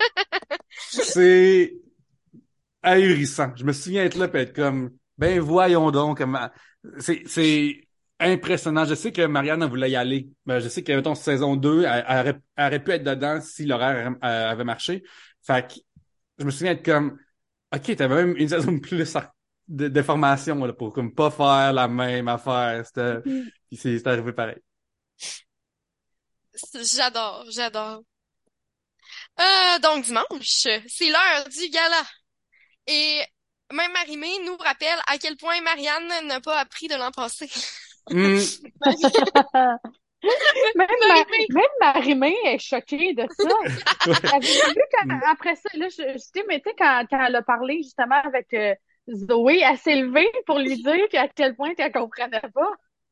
C'est ahurissant. Je me souviens être là et être comme, ben voyons donc, comment... c'est c'est impressionnant. Je sais que Marianne elle voulait y aller. Ben, je sais que mettons saison deux, elle, elle aurait, elle aurait pu être dedans si l'horaire euh, avait marché. Fait que je me souviens être comme, ok, t'avais même une saison de plus de, de formation là, pour comme pas faire la même affaire. C'était, Mhm. puis c'est c'est arrivé pareil. J'adore, j'adore. Euh, donc dimanche, c'est l'heure du gala. Et même Marimé nous rappelle à quel point Marianne n'a pas appris de l'an passé. Hum, Même, ma, Marimé, même Marie-Mé est choquée de ça. ouais. Avez-vous vu quand, après ça, là, je, je sais, mais tu sais, quand, quand elle a parlé justement avec euh, Zoé, elle s'est levée pour lui dire à quel point qu'elle comprenait pas.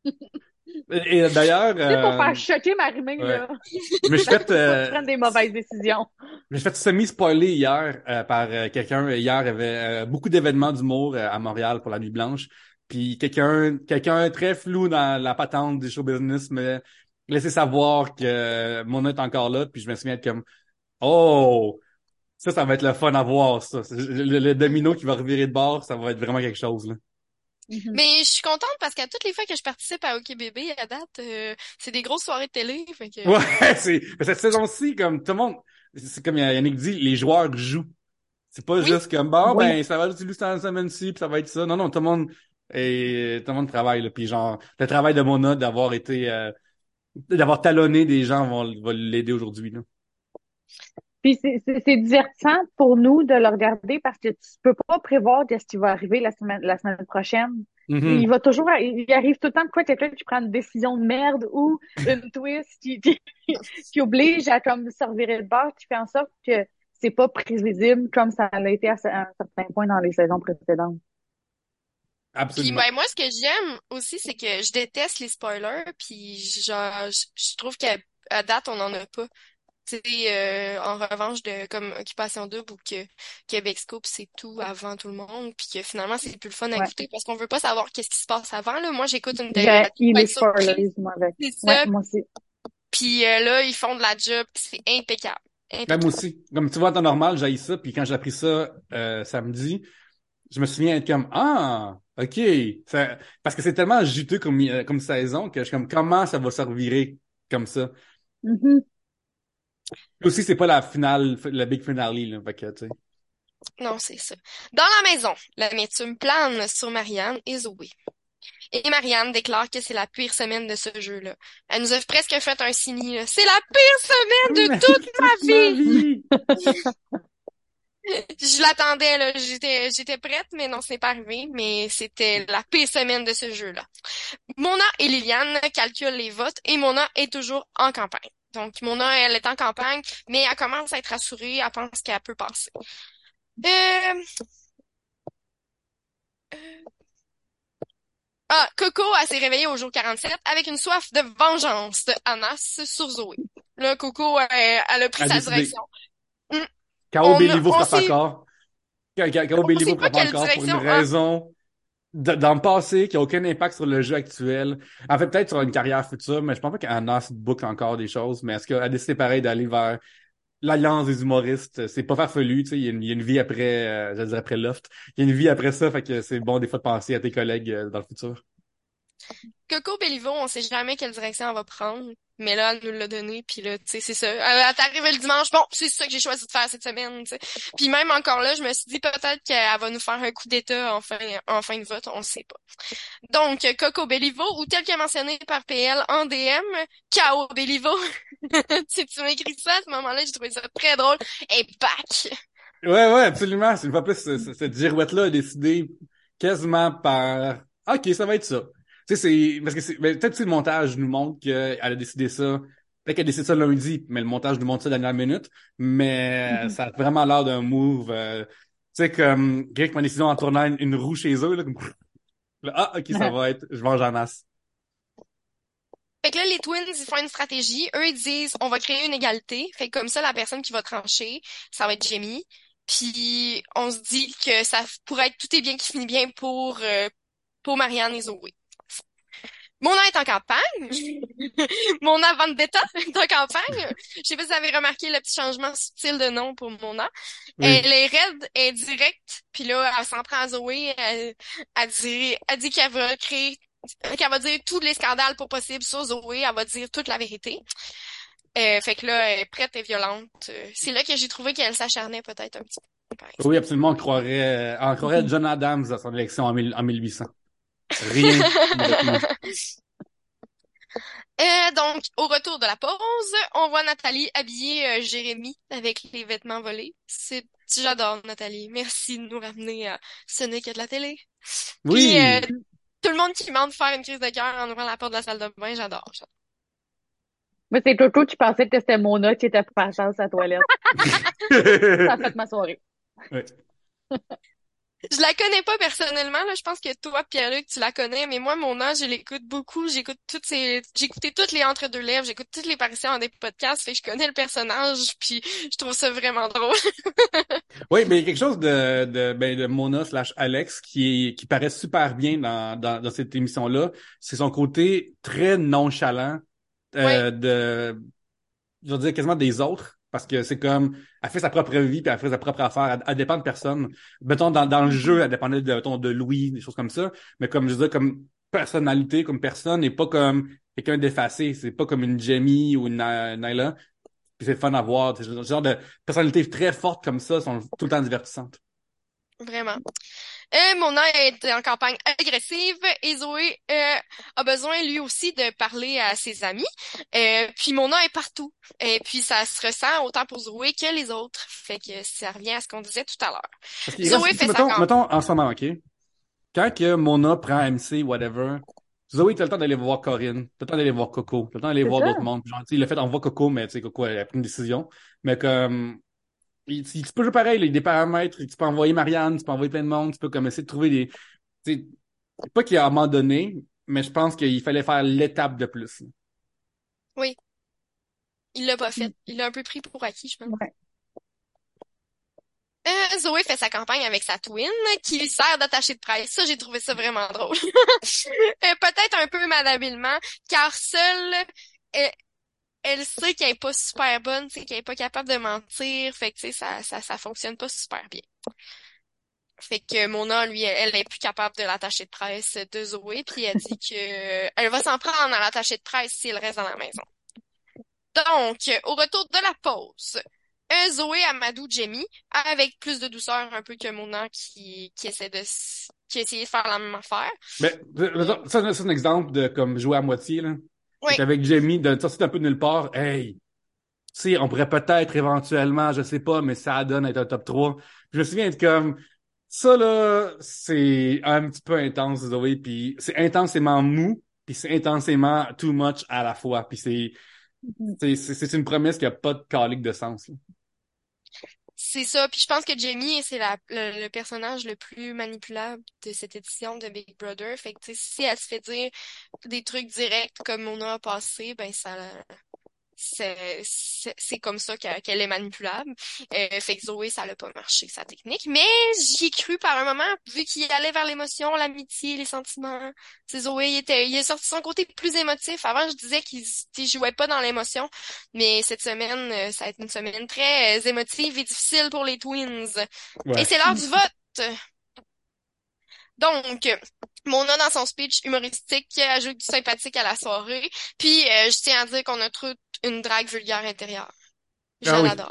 Et, et d'ailleurs, Tu sais, pour euh, faire choquer Marie-Mé, ouais. là. Je me suis Parce fait, qu'il faut pas que tu euh, prennes des mauvaises décisions. je me suis fait semi-spoiler hier euh, par euh, quelqu'un. Hier, il y avait euh, beaucoup d'événements d'humour euh, à Montréal pour la Nuit Blanche. Puis quelqu'un, quelqu'un très flou dans la patente du show business me laissait savoir que euh, Mona est encore là. Puis je me souviens être comme, oh, ça, ça va être le fun à voir, ça. Le, le- le domino qui va revirer de bord, ça va être vraiment quelque chose, là. Mhm. mais je suis contente parce qu'à toutes les fois que je participe à OK Bébé à date, euh, c'est des grosses soirées de télé, fait que Ouais, c'est, mais cette saison-ci, comme tout le monde, c'est comme Yannick dit, les joueurs jouent. C'est pas oui, juste comme bon Oui. ben ça va l'utiliser cette semaine-ci puis ça va être ça. Non non, tout le monde et tout le monde travaille là puis genre le travail de Mona d'avoir été euh, d'avoir talonné des gens va, va l'aider aujourd'hui là. Puis c'est c'est- c'est divertissant pour nous de le regarder parce que tu peux pas prévoir ce qui va arriver la semaine, la semaine prochaine. Il Mhm. va toujours, il arrive tout le temps de quoi quelqu'un qui prend une décision de merde ou une twist qui, qui, qui oblige à comme se revirer le bord, qui fait en sorte que c'est pas prévisible comme ça l'a été à, ce- à un certain point dans les saisons précédentes. puis Absolument. ben moi ce que j'aime aussi c'est que je déteste les spoilers puis genre je, je trouve qu'à à date on en a pas. Tu sais euh, en revanche de comme Occupation Double ou que Québec Scoop c'est tout avant tout le monde puis que finalement c'est plus le fun à Ouais. écouter parce qu'on veut pas savoir qu'est-ce qui se passe avant là. Moi j'écoute une J'ai télé-réalité pour les être surprise. spoilers, moi, avec. C'est Ouais, ça. moi aussi. Puis euh, là ils font de la job, c'est impeccable. Même moi Impeccable. aussi. Comme tu vois en temps normal, j'ai ça puis quand j'ai appris ça euh, samedi, je me souviens être comme ah OK, ça, parce que c'est tellement juteux comme euh, comme saison que je suis comme comment ça va se revirer comme ça. Mhm. Puis aussi c'est pas la finale la big finale là, fait que tu sais. Non, c'est ça. Dans la maison, l'amertume plane sur Marianne et Zoé. Et Marianne déclare que c'est la pire semaine de ce jeu-là. Elle nous a presque fait un signe, là. C'est la pire semaine de toute Toute ma ma vie! vie! Je l'attendais, là. J'étais, j'étais prête, mais non, ce n'est pas arrivé. Mais c'était la pire semaine de ce jeu-là. Mona et Liliane calculent les votes et Mona est toujours en campagne. Donc, Mona, elle est en campagne, mais elle commence à être rassurée. Elle pense qu'elle peut passer. Euh... Ah, Coco, elle s'est réveillée au jour quarante-sept avec une soif de vengeance de Anas sur Zoé. Là, Coco, elle, elle a pris A sa décidé. direction. Hmm. K O On, a- Béliveau on frappe sait, encore. K O on sait Béliveau pas frappe quelle encore pour une direction. Ah, raison de- dans le passé qui a aucun impact sur le jeu actuel. En fait, peut-être sur une carrière future, mais je pense pas qu'Anna se boucle encore des choses. Mais est-ce qu'elle a décidé pareil d'aller vers l'Alliance des humoristes? C'est pas farfelu, tu sais. Il y a une, il y a une vie après, euh, je dirais après Loft. Il y a une vie après ça, fait que c'est bon des fois de penser à tes collègues euh, dans le futur. Coco Bellivo, on sait jamais quelle direction elle va prendre. Mais là, elle nous l'a donné, puis là, tu sais, c'est ça. Elle, elle t'arrive le dimanche, bon, c'est ça que j'ai choisi de faire cette semaine, tu sais. Puis même encore là, je me suis dit peut-être qu'elle va nous faire un coup d'État en fin, en fin de vote, on ne sait pas. Donc, Coco Bellivo, ou tel que mentionné par P L en D M, K O Bellivo. Tu, tu m'écris ça à ce moment-là, j'ai trouvé ça très drôle. Et back! Ouais, ouais, absolument. C'est une fois plus, ce- ce- cette girouette-là a décidé quasiment par, OK, ça va être ça. Tu sais, c'est, parce que c'est, ben, peut-être que le montage nous montre qu'elle a décidé ça. Peut-être qu'elle décide ça lundi, mais le montage nous montre ça dans la dernière minute. Mais euh, Mhm. ça a vraiment l'air d'un move, euh, tu sais, comme, quelqu'un qui prend une décision en tournant une, une roue chez eux, là, comme, là, ah, OK, ça va être, je mange en masse. Fait que là, les twins, ils font une stratégie. Eux, ils disent, on va créer une égalité. Fait que comme ça, la personne qui va trancher, ça va être Jamie. Puis, on se dit que ça pourrait être tout est bien qui finit bien pour, euh, pour Marianne et Zoé. Mona est en campagne. Mona Vendetta est en campagne. Je sais pas si vous avez remarqué le petit changement subtil de nom pour Mona. Oui. Elle est raide, elle est directe. Puis là, elle s'en prend à Zoé. Elle, elle dit, elle dit qu'elle va créer, qu'elle va dire tous les scandales pour possible sur Zoé. Elle va dire toute la vérité. Euh, fait que là, elle est prête et violente. Euh, C'est là que j'ai trouvé qu'elle s'acharnait peut-être un petit peu, par exemple. Oui, absolument, on croirait, on croirait John Adams à son élection en, mille, en mille huit cents. Rien de retenu. Euh, donc, au retour de la pause, on voit Nathalie habiller euh, Jérémy avec les vêtements volés. C'est, j'adore Nathalie. Merci de nous ramener à ce n'est que de la télé. Puis, euh, Oui! tout le monde qui demande de faire une crise de cœur en ouvrant la porte de la salle de bain, j'adore. j'adore. Moi, c'est Toto qui pensait que c'était Mona qui était passée à sa toilette. Ça a fait ma soirée. Ouais. Je la connais pas personnellement, là. Je pense que toi, Pierre-Luc, tu la connais, mais moi, mon âge, je l'écoute beaucoup. J'écoute toutes ces, j'ai écouté toutes les entre-deux-lèvres, j'écoute toutes les paritions dans des podcasts, fait que je connais le personnage, puis je trouve ça vraiment drôle. Oui, mais il y a quelque chose de, de, ben, de Mona slash Alex qui est, qui paraît super bien dans, dans, dans cette émission-là. C'est son côté très nonchalant, Oui, euh, de, je veux dire, quasiment des autres. Parce que c'est comme, elle fait sa propre vie, puis elle fait sa propre affaire. Elle, elle dépend de personne. Mettons, dans, dans le jeu, elle dépendait de, mettons, de Louis, des choses comme ça. Mais comme je veux dire, comme personnalité, comme personne, et pas comme quelqu'un d'effacé. C'est pas comme une Jamie ou une Na- Nyla. Puis c'est le fun à voir. Ce genre de personnalités très fortes comme ça sont tout le temps divertissantes. vraiment. Euh, Mona est en campagne agressive et Zoé euh, a besoin lui aussi de parler à ses amis. Euh, puis Mona est partout. Et puis ça se ressent autant pour Zoé que les autres. Fait que ça revient à ce qu'on disait tout à l'heure. Parce qu'il reste, Zoé tu sais, fait sa mettons, campagne. mettons en ce moment, OK? Quand que Mona prend M C, whatever, Zoé, t'as le temps d'aller voir Corinne, t'as le temps d'aller voir Coco, t'as le temps d'aller C'est voir ça? d'autres mondes. Genre, tu sais, il l'a fait, on voit Coco, mais tu sais, Coco, elle a pris une décision. Mais comme, il, il- tu peux jouer pareil, là, il y a des paramètres, tu peux envoyer Marianne, tu peux envoyer plein de monde, tu peux comme essayer de trouver des, tu sais, pas qu'il a abandonné, mais je pense qu'il fallait faire l'étape de plus. Oui, il l'a pas fait. Il l'a un peu pris pour acquis, je pense. Ouais. Euh, Zoé fait sa campagne avec sa twin qui lui sert d'attaché de presse. Ça, j'ai trouvé ça vraiment drôle. Euh, peut-être un peu malhabilement, car seule, elle, elle sait qu'elle est pas super bonne, c'est qu'elle est pas capable de mentir, fait que tu sais, ça, ça, ça fonctionne pas super bien. Fait que Mona, lui, elle, elle est plus capable de l'attaché de presse de Zoé, puis elle dit que euh, elle va s'en prendre à l'attaché de presse si elle reste dans la maison. Donc, au retour de la pause, euh, Zoé, Amadou, Jamie, avec plus de douceur un peu que Mona qui, qui essaie de, s- qui a essayé de faire la même affaire. Mais, ça, ça, c'est un exemple de comme jouer à moitié, là. Oui. C'est avec Jamie, de sortir un peu de nulle part. Hey, tu sais, on pourrait peut-être éventuellement, je sais pas, mais ça donne être un top trois. Puis je me souviens être comme, ça là, c'est un petit peu intense, Zoé, puis c'est intensément mou, puis c'est intensément too much à la fois. Puis c'est, c'est, c'est, c'est une promesse qui a pas de calique de sens, là. C'est ça, puis je pense que Jamie, c'est la, le, le personnage le plus manipulable de cette édition de Big Brother. Fait que, tu sais, si elle se fait dire des trucs directs comme on a passé, ben ça, c'est, c'est, c'est comme ça qu'elle, qu'elle est manipulable. Euh, fait que Zoé, ça n'a pas marché, sa technique. Mais j'y ai cru par un moment, vu qu'il allait vers l'émotion, l'amitié, les sentiments. C'est Zoé, il était, il est sorti son côté plus émotif. Avant, je disais qu'il, qu'il jouait pas dans l'émotion. Mais cette semaine, euh, ça a été une semaine très euh, émotive et difficile pour les Twins. Et Ouais. c'est l'heure du vote! Donc, Mona, dans son speech humoristique, ajoute du sympathique à la soirée. Puis, euh, je tiens à dire qu'on a toute une drague vulgaire intérieure. Je Ah oui. l'adore.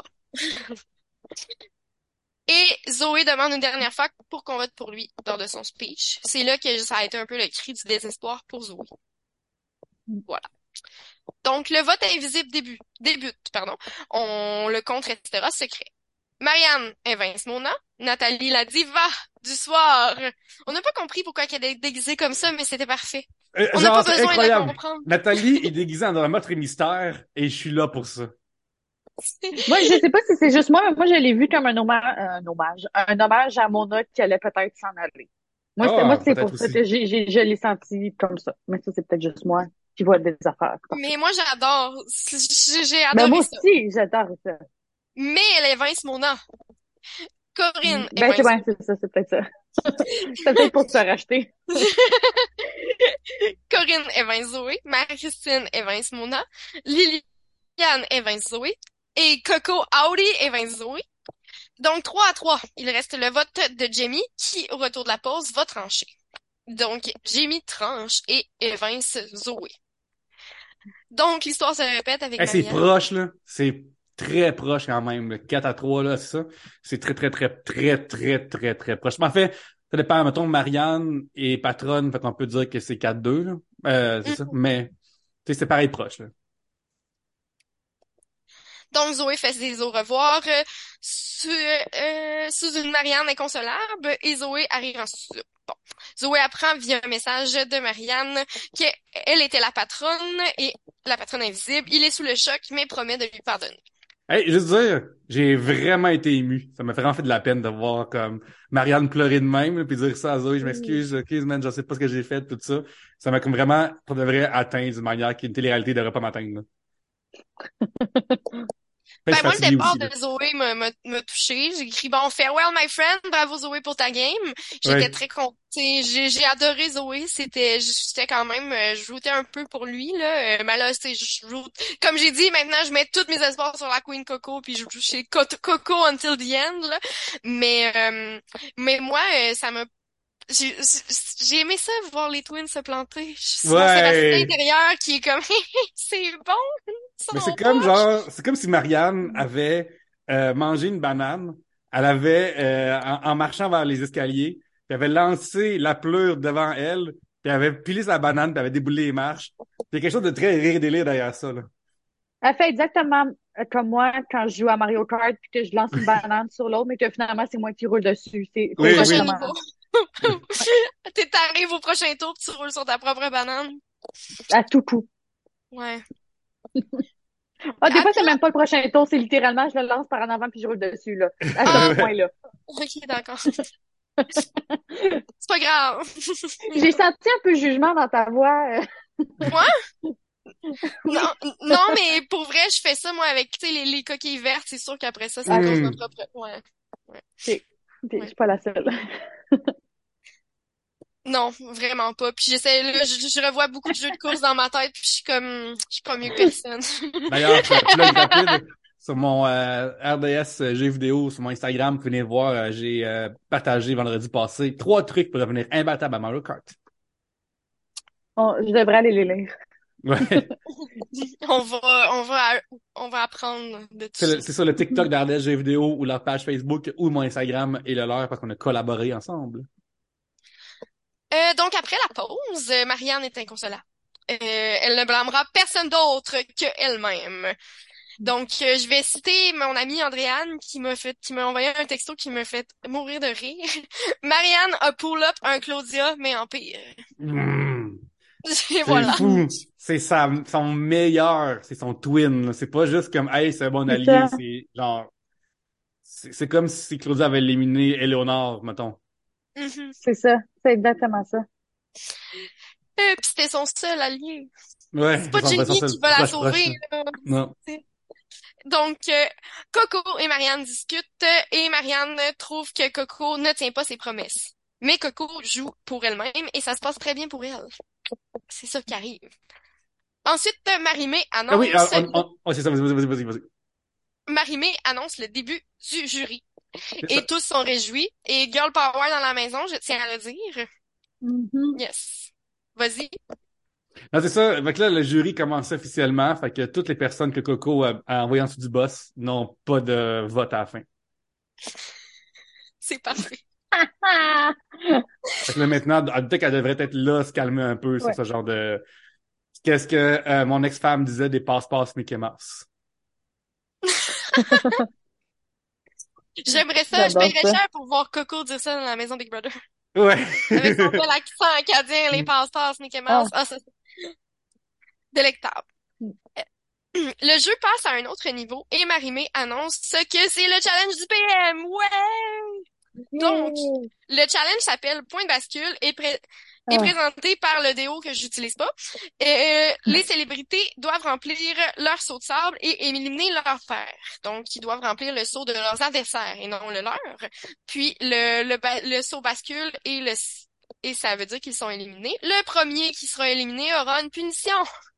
Et Zoé demande une dernière fois pour qu'on vote pour lui lors de son speech. C'est là que ça a été un peu le cri du désespoir pour Zoé. Voilà. Donc, le vote invisible début, débute, pardon. On le compte restera secret. Marianne évince Mona. Nathalie, la diva du soir. On n'a pas compris pourquoi elle est déguisée comme ça, mais c'était parfait. Euh, On n'a genre, pas c'est besoin de la incroyable. comprendre. Nathalie est déguisée en un meurtre et mystère et je suis là pour ça. Moi, je sais pas si c'est juste moi, mais moi, je l'ai vu comme un hommage, un hommage, un hommage à Mona qui allait peut-être s'en aller. Moi, c'est, moi, Ah, c'est peut-être pour ça aussi. que j'ai, j'ai, je l'ai senti comme ça. Mais ça, c'est peut-être juste moi qui vois des affaires. Mais moi, j'adore. J'ai j'ai Ben, moi adoré ça. aussi, j'adore ça. Mais elle évince Mona. Corinne Ben, c'est évince ouais, c'est ça, c'est peut-être ça. C'est peut-être pour se racheter. Corinne évince Zoé. Marie-Christine évince Mona. Liliane évince Zoé. Et Coco Audi évince Zoé. Donc, trois à trois. Il reste le vote de Jamie qui, au retour de la pause, va trancher. Donc, Jamie tranche et évince Zoé. Donc, l'histoire se répète avec Hey, c'est Marianne. proche, là. C'est très proche quand même. Le quatre à trois, là, c'est ça. C'est très, très, très, très, très, très, très proche. Mais en fait, ça dépend. Mettons, Marianne est patronne, fait qu'on peut dire que c'est quatre deux, là. Euh, c'est ça. Mhm. Mais, tu sais, c'est pareil proche, là. Donc, Zoé fait ses au revoir euh, sous, euh, sous une Marianne inconsolable et Zoé arrive en studio. Bon. Zoé apprend via un message de Marianne qu'elle était la patronne et la patronne invisible. Il est sous le choc, mais promet de lui pardonner. Hey, juste dire, j'ai vraiment été ému. Ça m'a vraiment fait de la peine de voir comme Marianne pleurer de même, là, puis dire ça à Zoé, je m'excuse, excuse, man, je sais pas ce que j'ai fait, tout ça. Ça m'a comme vraiment, pour de vrai, atteint d'une manière qu'une télé-réalité devrait pas m'atteindre, là. Ben, je Ben, suis moi, le fatigué départ aussi, là. de Zoé m'a, m'a, m'a touché. J'ai écrit, bon, farewell, my friend. Bravo, Zoé, pour ta game. J'étais Ouais. très contente. J'ai, j'ai adoré Zoé. C'était, j'étais quand même, euh, je routais un peu pour lui, là. Euh, mais là, c'est, je route. Comme j'ai dit, maintenant, je mets tous mes espoirs sur la Queen Coco, puis je joue chez Co- Coco until the end, là. Mais, euh, mais moi, euh, ça m'a j'ai j'ai aimé ça, voir les Twins se planter. C'est mon Sébastien Ouais. intérieur qui est comme, c'est bon, ils Mais c'est sont comme poches. genre, c'est comme si Marianne avait euh, mangé une banane, elle avait, euh, en, en marchant vers les escaliers, puis elle avait lancé la pleure devant elle, puis elle avait pilé sa banane, puis elle avait déboulé les marches. Il y a quelque chose de très rire délire derrière ça, là. Elle fait exactement euh, comme moi quand je joue à Mario Kart puis que je lance une banane sur l'autre, mais que finalement, c'est moi qui roule dessus. C'est c'est Oui, Prochain oui. exactement niveau. T'es arrivé au prochain tour pis tu roules sur ta propre banane. à tout coup. Ouais. Ah, des À fois, c'est toi? même pas le prochain tour, c'est littéralement, je le lance par en avant puis je roule dessus, là. À Ah, ce point-là. ok, d'accord. C'est pas grave. J'ai senti un peu de jugement dans ta voix. euh. Moi? Non, Oui. non, mais pour vrai, je fais ça, moi, avec, tu sais, les, les coquilles vertes, c'est sûr qu'après ça, ça Ah, cause ma Hmm. propre, ouais. Ouais. ok. Ok, je Ouais. suis pas la seule. Non, vraiment pas. Puis j'essaie, là, je, je revois beaucoup de jeux de course dans ma tête, puis je suis comme, je suis pas mieux que personne. D'ailleurs, euh, plug rapide, sur mon euh, R D S jeux vidéo, sur mon Instagram, vous venez le voir, euh, j'ai euh, partagé vendredi passé trois trucs pour devenir imbattable à Mario Kart. On- je devrais aller les lire. Ouais. On va, on va, on va apprendre de tout C'est ça. le- c'est sur le TikTok d'R D S jeux vidéo ou leur page Facebook ou mon Instagram et le leur parce qu'on a collaboré ensemble. donc, après la pause, euh, Marianne est inconsolable. Euh, elle ne blâmera personne d'autre que elle-même. Donc, euh, je vais citer mon amie Andréane qui m'a fait, qui m'a envoyé un texto qui me fait mourir de rire. Marianne a pull up un Claudia, mais en pire. Mm. Et C'est voilà. fou. C'est sa, son meilleur. C'est son twin, là. C'est pas juste comme, hey, c'est un bon C'est allié. ça, C'est genre, c'est c'est comme si Claudia avait éliminé Eleonore, mettons. Mhm. c'est ça, c'est exactement ça. Euh, Puis c'était son seul allié. Ouais, C'est c'est pas son, son Jenny seul qui va la proche proche, sauver, là. là. Non. C'est- Donc, euh, Coco et Marianne discutent euh, et Marianne trouve que Coco ne tient pas ses promesses. Mais Coco joue pour elle-même et ça se passe très bien pour elle. C'est ça qui arrive. Ensuite, euh, Marimé Ah oui, ah, annonce, on, on, oh, c'est ça, vas-y, vas-y, vas-y, vas-y. Marimé annonce le début du jury. C'est ça. Et tous sont réjouis. Et Girl Power dans la maison, je tiens à le dire. Mhm. Yes. Vas-y. Non, c'est ça. Fait que là, le jury commence officiellement. Fait que toutes les personnes que Coco a, a envoyées en dessous du boss n'ont pas de vote à la fin. C'est parfait. Ah! Fait que là, maintenant, peut-être qu'elle devrait être là, se calmer un peu sur Ouais. ce genre de... Qu'est-ce que euh, mon ex-femme disait des passe-passe Mickey Mouse. J'aimerais ça, je J'adore paierais ça. cher pour voir Coco dire ça dans la maison Big Brother. Ouais. Avec son bel accent acadien, les passe-passe, Mickey Mouse. Ah. Ah, ça, c'est délectable. Le jeu passe à un autre niveau et Marimé annonce que c'est le challenge du P M. Ouais! Donc, Yeah. le challenge s'appelle Point de bascule et pré- est Ah. présenté par le déo que j'utilise pas. Et, euh, les célébrités doivent remplir leur seau de sable et éliminer leur père. Donc, ils doivent remplir le seau de leurs adversaires et non le leur. Puis, le, le, ba- le seau bascule et le, et ça veut dire qu'ils sont éliminés. Le premier qui sera éliminé aura une punition.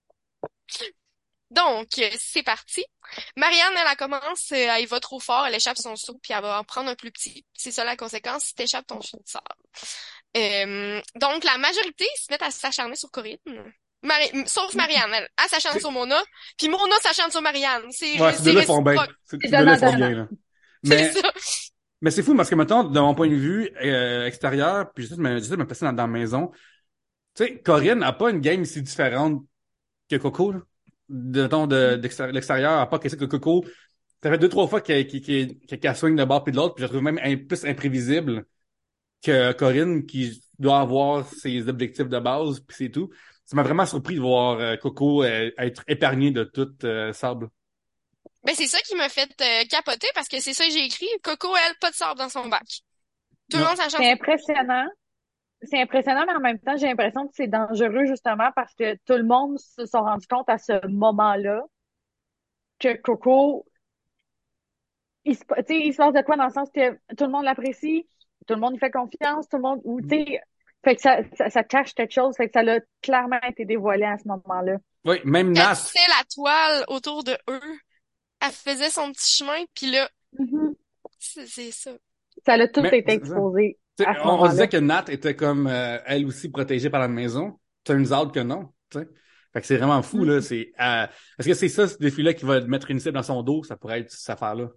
Donc, euh, c'est parti. Marianne, elle, elle commence, euh, elle y va trop fort, elle échappe son seau, puis elle va en prendre un plus petit. C'est ça la conséquence si t'échappes ton seau de sable. Euh, donc, la majorité se met à s'acharner sur Corinne. Mari- Sauf Marianne, elle, elle s'acharne C'est- sur Mona, puis Mona s'acharne sur Marianne. C'est Ouais, ré- ces c'est deux-là font bien. réciproque. Ces C'est ces deux-là font donnant-donnant. bien, là. C'est Mais, ça. mais c'est fou parce que, mettons, de mon point de vue euh, extérieur, puis j'essaie de me, j'essaie de me placer dans, dans la maison, tu sais, Corinne n'a pas une game si différente que Coco, là. De, mettons, de, d'extérieur, l'extérieur, à part que c'est que Coco, ça fait deux, trois fois qu'elle, qu'elle, qu'elle, qu'elle swing de bord puis de l'autre, puis je la trouve même un- plus imprévisible que Corinne, qui doit avoir ses objectifs de base, puis c'est tout. Ça m'a vraiment surpris de voir euh, Coco euh, être épargné de tout euh, sable. Ben, c'est ça qui m'a fait euh, capoter parce que c'est ça que j'ai écrit. Coco, elle, pas de sable dans son bac. Tout le Non. monde s'acharne C'est sur... impressionnant. C'est impressionnant, mais en même temps, j'ai l'impression que c'est dangereux justement parce que tout le monde se sont rendu compte à ce moment-là que Coco, il se, tu sais, il se passe de quoi dans le sens que tout le monde l'apprécie, tout le monde lui fait confiance, tout le monde, ou tu sais, fait que ça, ça, ça cache quelque chose, fait que ça a clairement été dévoilé à ce moment-là. Oui, même Elle Nat. tissait la toile autour de eux. Elle faisait son petit chemin, puis là, Mhm. c'est c'est ça. Ça a tout Mais été c'est ça. exposé Tu sais, à ce on, on disait moment-là. que Nat était comme euh, elle aussi protégée par la maison. Turns out que non. Tu sais. Fait que c'est vraiment fou, là. Mhm. C'est euh, est-ce que c'est ça, ce défi-là, qui va mettre une cible dans son dos? Ça pourrait être cette affaire-là.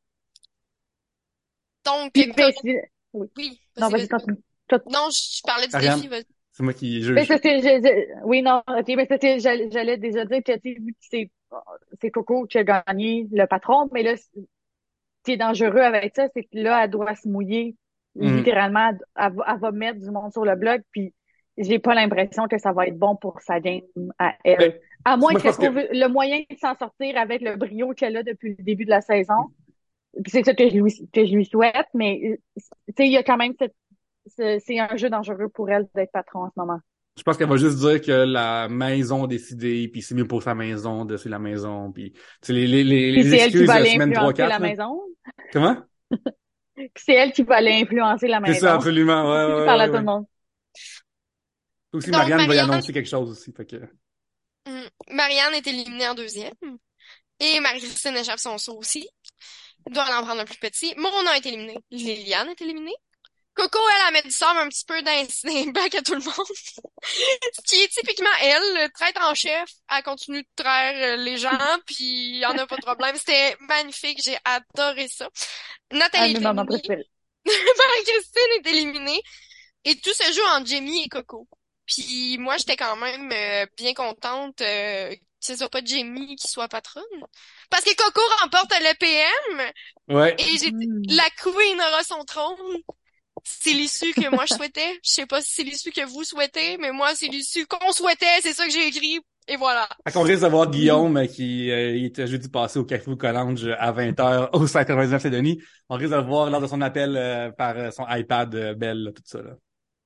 Donc, Puis, ben, Corinne, c'est- oui. oui, Non, vas-y, vas-y, vas-y. continue. Tout. Non, je je parlais du Ariane, défi, vas-y. c'est moi qui Ben, juge. ça, c'est, je- je- oui, non, ok, ben, ça, c'est- j'allais j'allais déjà dire que, tu sais, vu que c'est, c'est Coco qui a gagné le patron, mais là, ce qui est dangereux avec ça, c'est que là, elle doit se mouiller. Mhm. Littéralement, elle, elle va elle va mettre du monde sur le blog, puis j'ai pas l'impression que ça va être bon pour sa game à Ben, elle. À moins moi, je qu'elle pense trouve que le moyen de s'en sortir avec le brio qu'elle a depuis le début de la saison. Puis c'est ça que je lui, que je lui souhaite, mais, tu sais, il y a quand même cette, ce- c'est un jeu dangereux pour elle d'être patron en ce moment. je pense qu'elle va juste dire que la maison a décidé, puis c'est mieux pour sa maison de suivre la maison, puis tu sais, les, les, les, Puis les c'est elle qui excuses va de la aller semaine trois influencer la quatre là. maison. Comment? Puis c'est elle qui va aller influencer la C'est ça, maison. absolument. Ouais, Qui ouais, parle ouais, à ouais, tout le ouais. monde. Aussi, Donc, Marianne va y Marianne, annoncer quelque chose aussi. Fait que... hum, Marianne est éliminée en deuxième. Et Marie-Christine échappe son saut aussi. Elle doit en prendre un plus petit. Mona est éliminée. Liliane est éliminée. Coco, elle, elle met du sable un petit peu dans, dans les bacs à tout le monde. Ce qui est typiquement elle, le traître en chef. Elle continue de traire euh, les gens, puis il y en a pas de problème. C'était magnifique, j'ai adoré ça. Un Nathalie de mes est moments éliminée. préférés. Marie-Christine est éliminée. Et tout se joue entre Jamie et Coco. Puis moi, j'étais quand même euh, bien contente euh, que ce soit pas Jamie qui soit patronne. Parce que Coco remporte le P M Ouais. et j'ai Hmm. la Queen aura son trône. C'est l'issue que moi je souhaitais. Je sais pas si c'est l'issue que vous souhaitez, mais moi c'est l'issue qu'on souhaitait, c'est ça que j'ai écrit. Et voilà. Fait qu'on risque d'avoir Hmm. Guillaume euh, qui euh, il était jeudi passé au Café au Collange à vingt heures au cinq cent quatre-vingt-dix-neuf Saint-Denis. On risque de le voir lors de son appel euh, par euh, son iPad euh, Bell, là, tout ça. Là.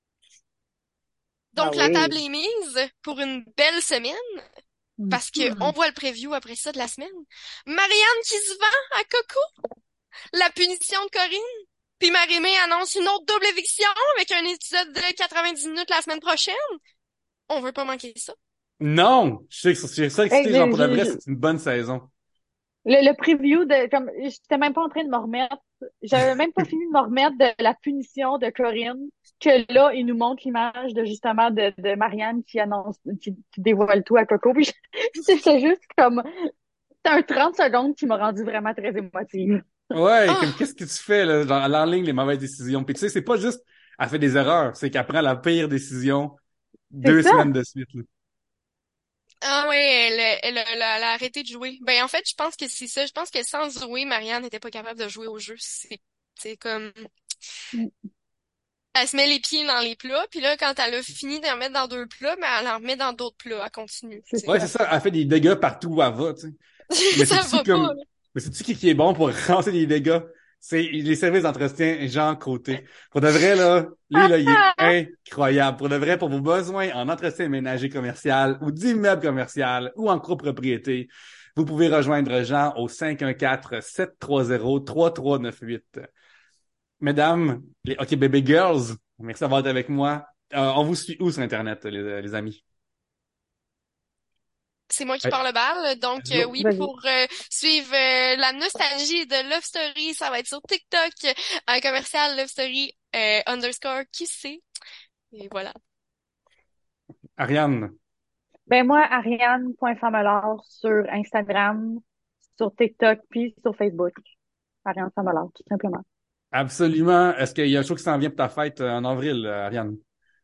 Ah Donc la table oui. est mise pour une belle semaine parce que on Mhm. voit le preview après ça de la semaine. Marianne qui se vend à Coco, la punition de Corinne. Puis Marie-Mé annonce une autre double éviction avec un épisode de quatre-vingt-dix minutes la semaine prochaine. On veut pas manquer ça. Non! Je sais que je suis ça Hey, excité, genre j'ai- pour de j'ai- vrai, j'ai- c'est une bonne saison. Le, le preview de, comme, j'étais même pas en train de me remettre. J'avais même pas fini de me remettre de la punition de Corinne, que là, il nous montre l'image de, justement, de, de Marianne qui annonce, qui, qui dévoile tout à Coco. Puis c'était juste comme, c'était un trente secondes qui m'a rendu vraiment très émotive. Ouais, comme Ah, qu'est-ce que tu fais, là? Genre, elle enligne les mauvaises décisions. Puis tu sais, c'est pas juste elle fait des erreurs, c'est qu'elle prend la pire décision C'est deux ça. semaines de suite. Là. ah ouais, elle, elle, elle a elle a arrêté de jouer. Ben en fait, je pense que c'est ça. Je pense que sans jouer, Marianne n'était pas capable de jouer au jeu. C'est c'est comme elle se met les pieds dans les plats, puis là, quand elle a fini d'en mettre dans deux plats, ben elle en remet dans d'autres plats. Elle continue, C'est tu sais. Ouais, c'est ça. ça, elle fait des dégâts partout où elle va, tu sais. Mais Ça c'est-tu va pas, comme, là. mais c'est-tu qui, qui est bon pour ramasser des dégâts? C'est les services d'entretien Jean Côté. Pour de vrai, là, lui, là, il est incroyable. Pour de vrai, pour vos besoins en entretien ménager commercial ou d'immeuble commercial ou en copropriété, vous pouvez rejoindre Jean au cinq un quatre, sept trois zéro, trois trois neuf huit. Mesdames, les OK Baby Girls, merci d'avoir été avec moi. Euh, on vous suit où sur Internet, les, les amis? C'est moi qui Ouais, pars le bal. Donc, let's euh, go. oui, Vas-y. pour euh, suivre euh, la nostalgie de Love Story, ça va être sur TikTok, un commercial Love Story euh, underscore qui sait. Et voilà. Ariane. Ben moi, Ariane.famelard sur Instagram, sur TikTok, puis sur Facebook. Ariane Famelard, tout simplement. Absolument. Est-ce qu'il y a un show qui s'en vient pour ta fête euh, en avril, euh, Ariane?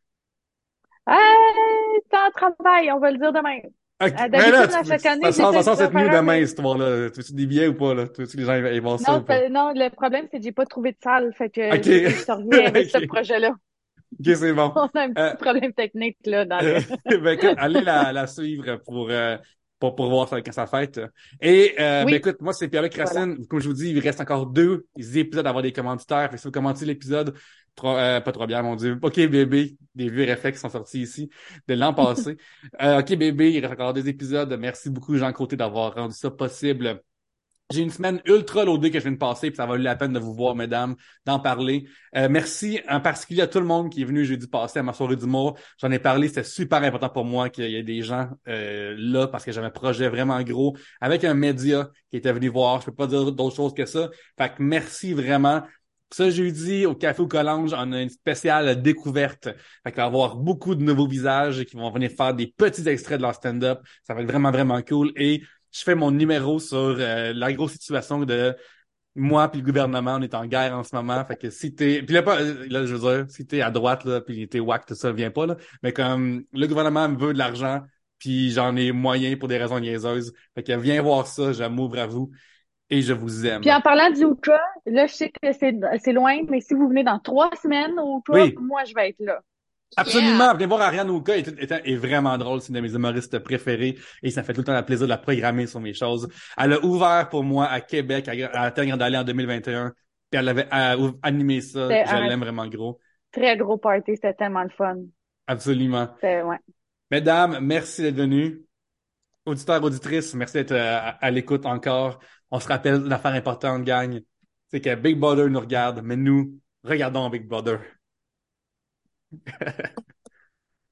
Hey, temps de travail, on va le dire demain. OK. Euh, Mais là, D'habitude, à tu- chaque année, ça sent, ça j'essaie de sent cette nuit faire demain, appeler. cette histoire-là. Tu veux-tu des billets ou pas, là? Tu veux-tu que les gens aillent voir ça ou Non, pas? c'est- non, le problème, c'est que j'ai pas trouvé de salle, fait que OK. je, je te reviens avec ce OK. projet-là. OK, c'est bon. On a un Euh, petit problème technique, là, dans Euh, le... ben écoute, allez la, la suivre pour, euh, pour, pour voir ça, quand ça fête. Et euh, ben Oui, écoute, moi c'est Pierre-Luc voilà. Racine. Comme je vous dis, il reste encore deux épisodes à avoir des commanditaires. Fait que si vous commentez l'épisode, trop- euh, pas trop bien, mon Dieu. OK bébé, des vieux réflexes sont sortis ici de l'an passé. Euh, OK bébé, il reste encore deux épisodes. Merci beaucoup Jean Côté d'avoir rendu ça possible. J'ai une semaine ultra loadée que je viens de passer, puis ça vaut la peine de vous voir, mesdames, d'en parler. Euh, merci en particulier à tout le monde qui est venu jeudi passé à ma soirée d'humour. J'en ai parlé, c'était super important pour moi qu'il y ait des gens euh, là parce que j'avais un projet vraiment gros avec un média qui était venu voir. Je peux pas dire d'autre chose que ça. Fait que merci vraiment. Ce jeudi, au Café au Collange, on a une spéciale découverte. Fait qu'il va y avoir beaucoup de nouveaux visages qui vont venir faire des petits extraits de leur stand-up. Ça va être vraiment, vraiment cool. Et je fais mon numéro sur euh, la grosse situation de moi puis le gouvernement, on est en guerre en ce moment. Fait que si t'es. Puis là, pas, là, je veux dire, si t'es à droite, là, puis t'es whack, tout ça, viens pas, là. Mais comme le gouvernement me veut de l'argent, puis j'en ai moyen pour des raisons niaiseuses. Fait que viens voir ça, je m'ouvre à vous et je vous Puis aime. en parlant du Oka, là, je sais que c'est c'est loin, mais si vous venez dans trois semaines au Oka, Oui, moi, je vais être là. Yeah! absolument. Venez voir Ariane Ouka, est, est, est vraiment drôle. C'est une de mes humoristes préférés et ça fait tout le temps le plaisir de la programmer sur mes choses. Elle a ouvert pour moi à Québec, à, à Terre-Grande-Allée en deux mille vingt et un. Puis elle avait euh, animé ça. C'était Je un l'aime vraiment gros. très gros party, c'était tellement le fun. Absolument. C'était, ouais. Mesdames, merci d'être venues. Auditeurs, auditrices, merci d'être euh, à, à l'écoute encore. On se rappelle une affaire importante, gang. C'est que Big Brother nous regarde, mais nous, regardons Big Brother.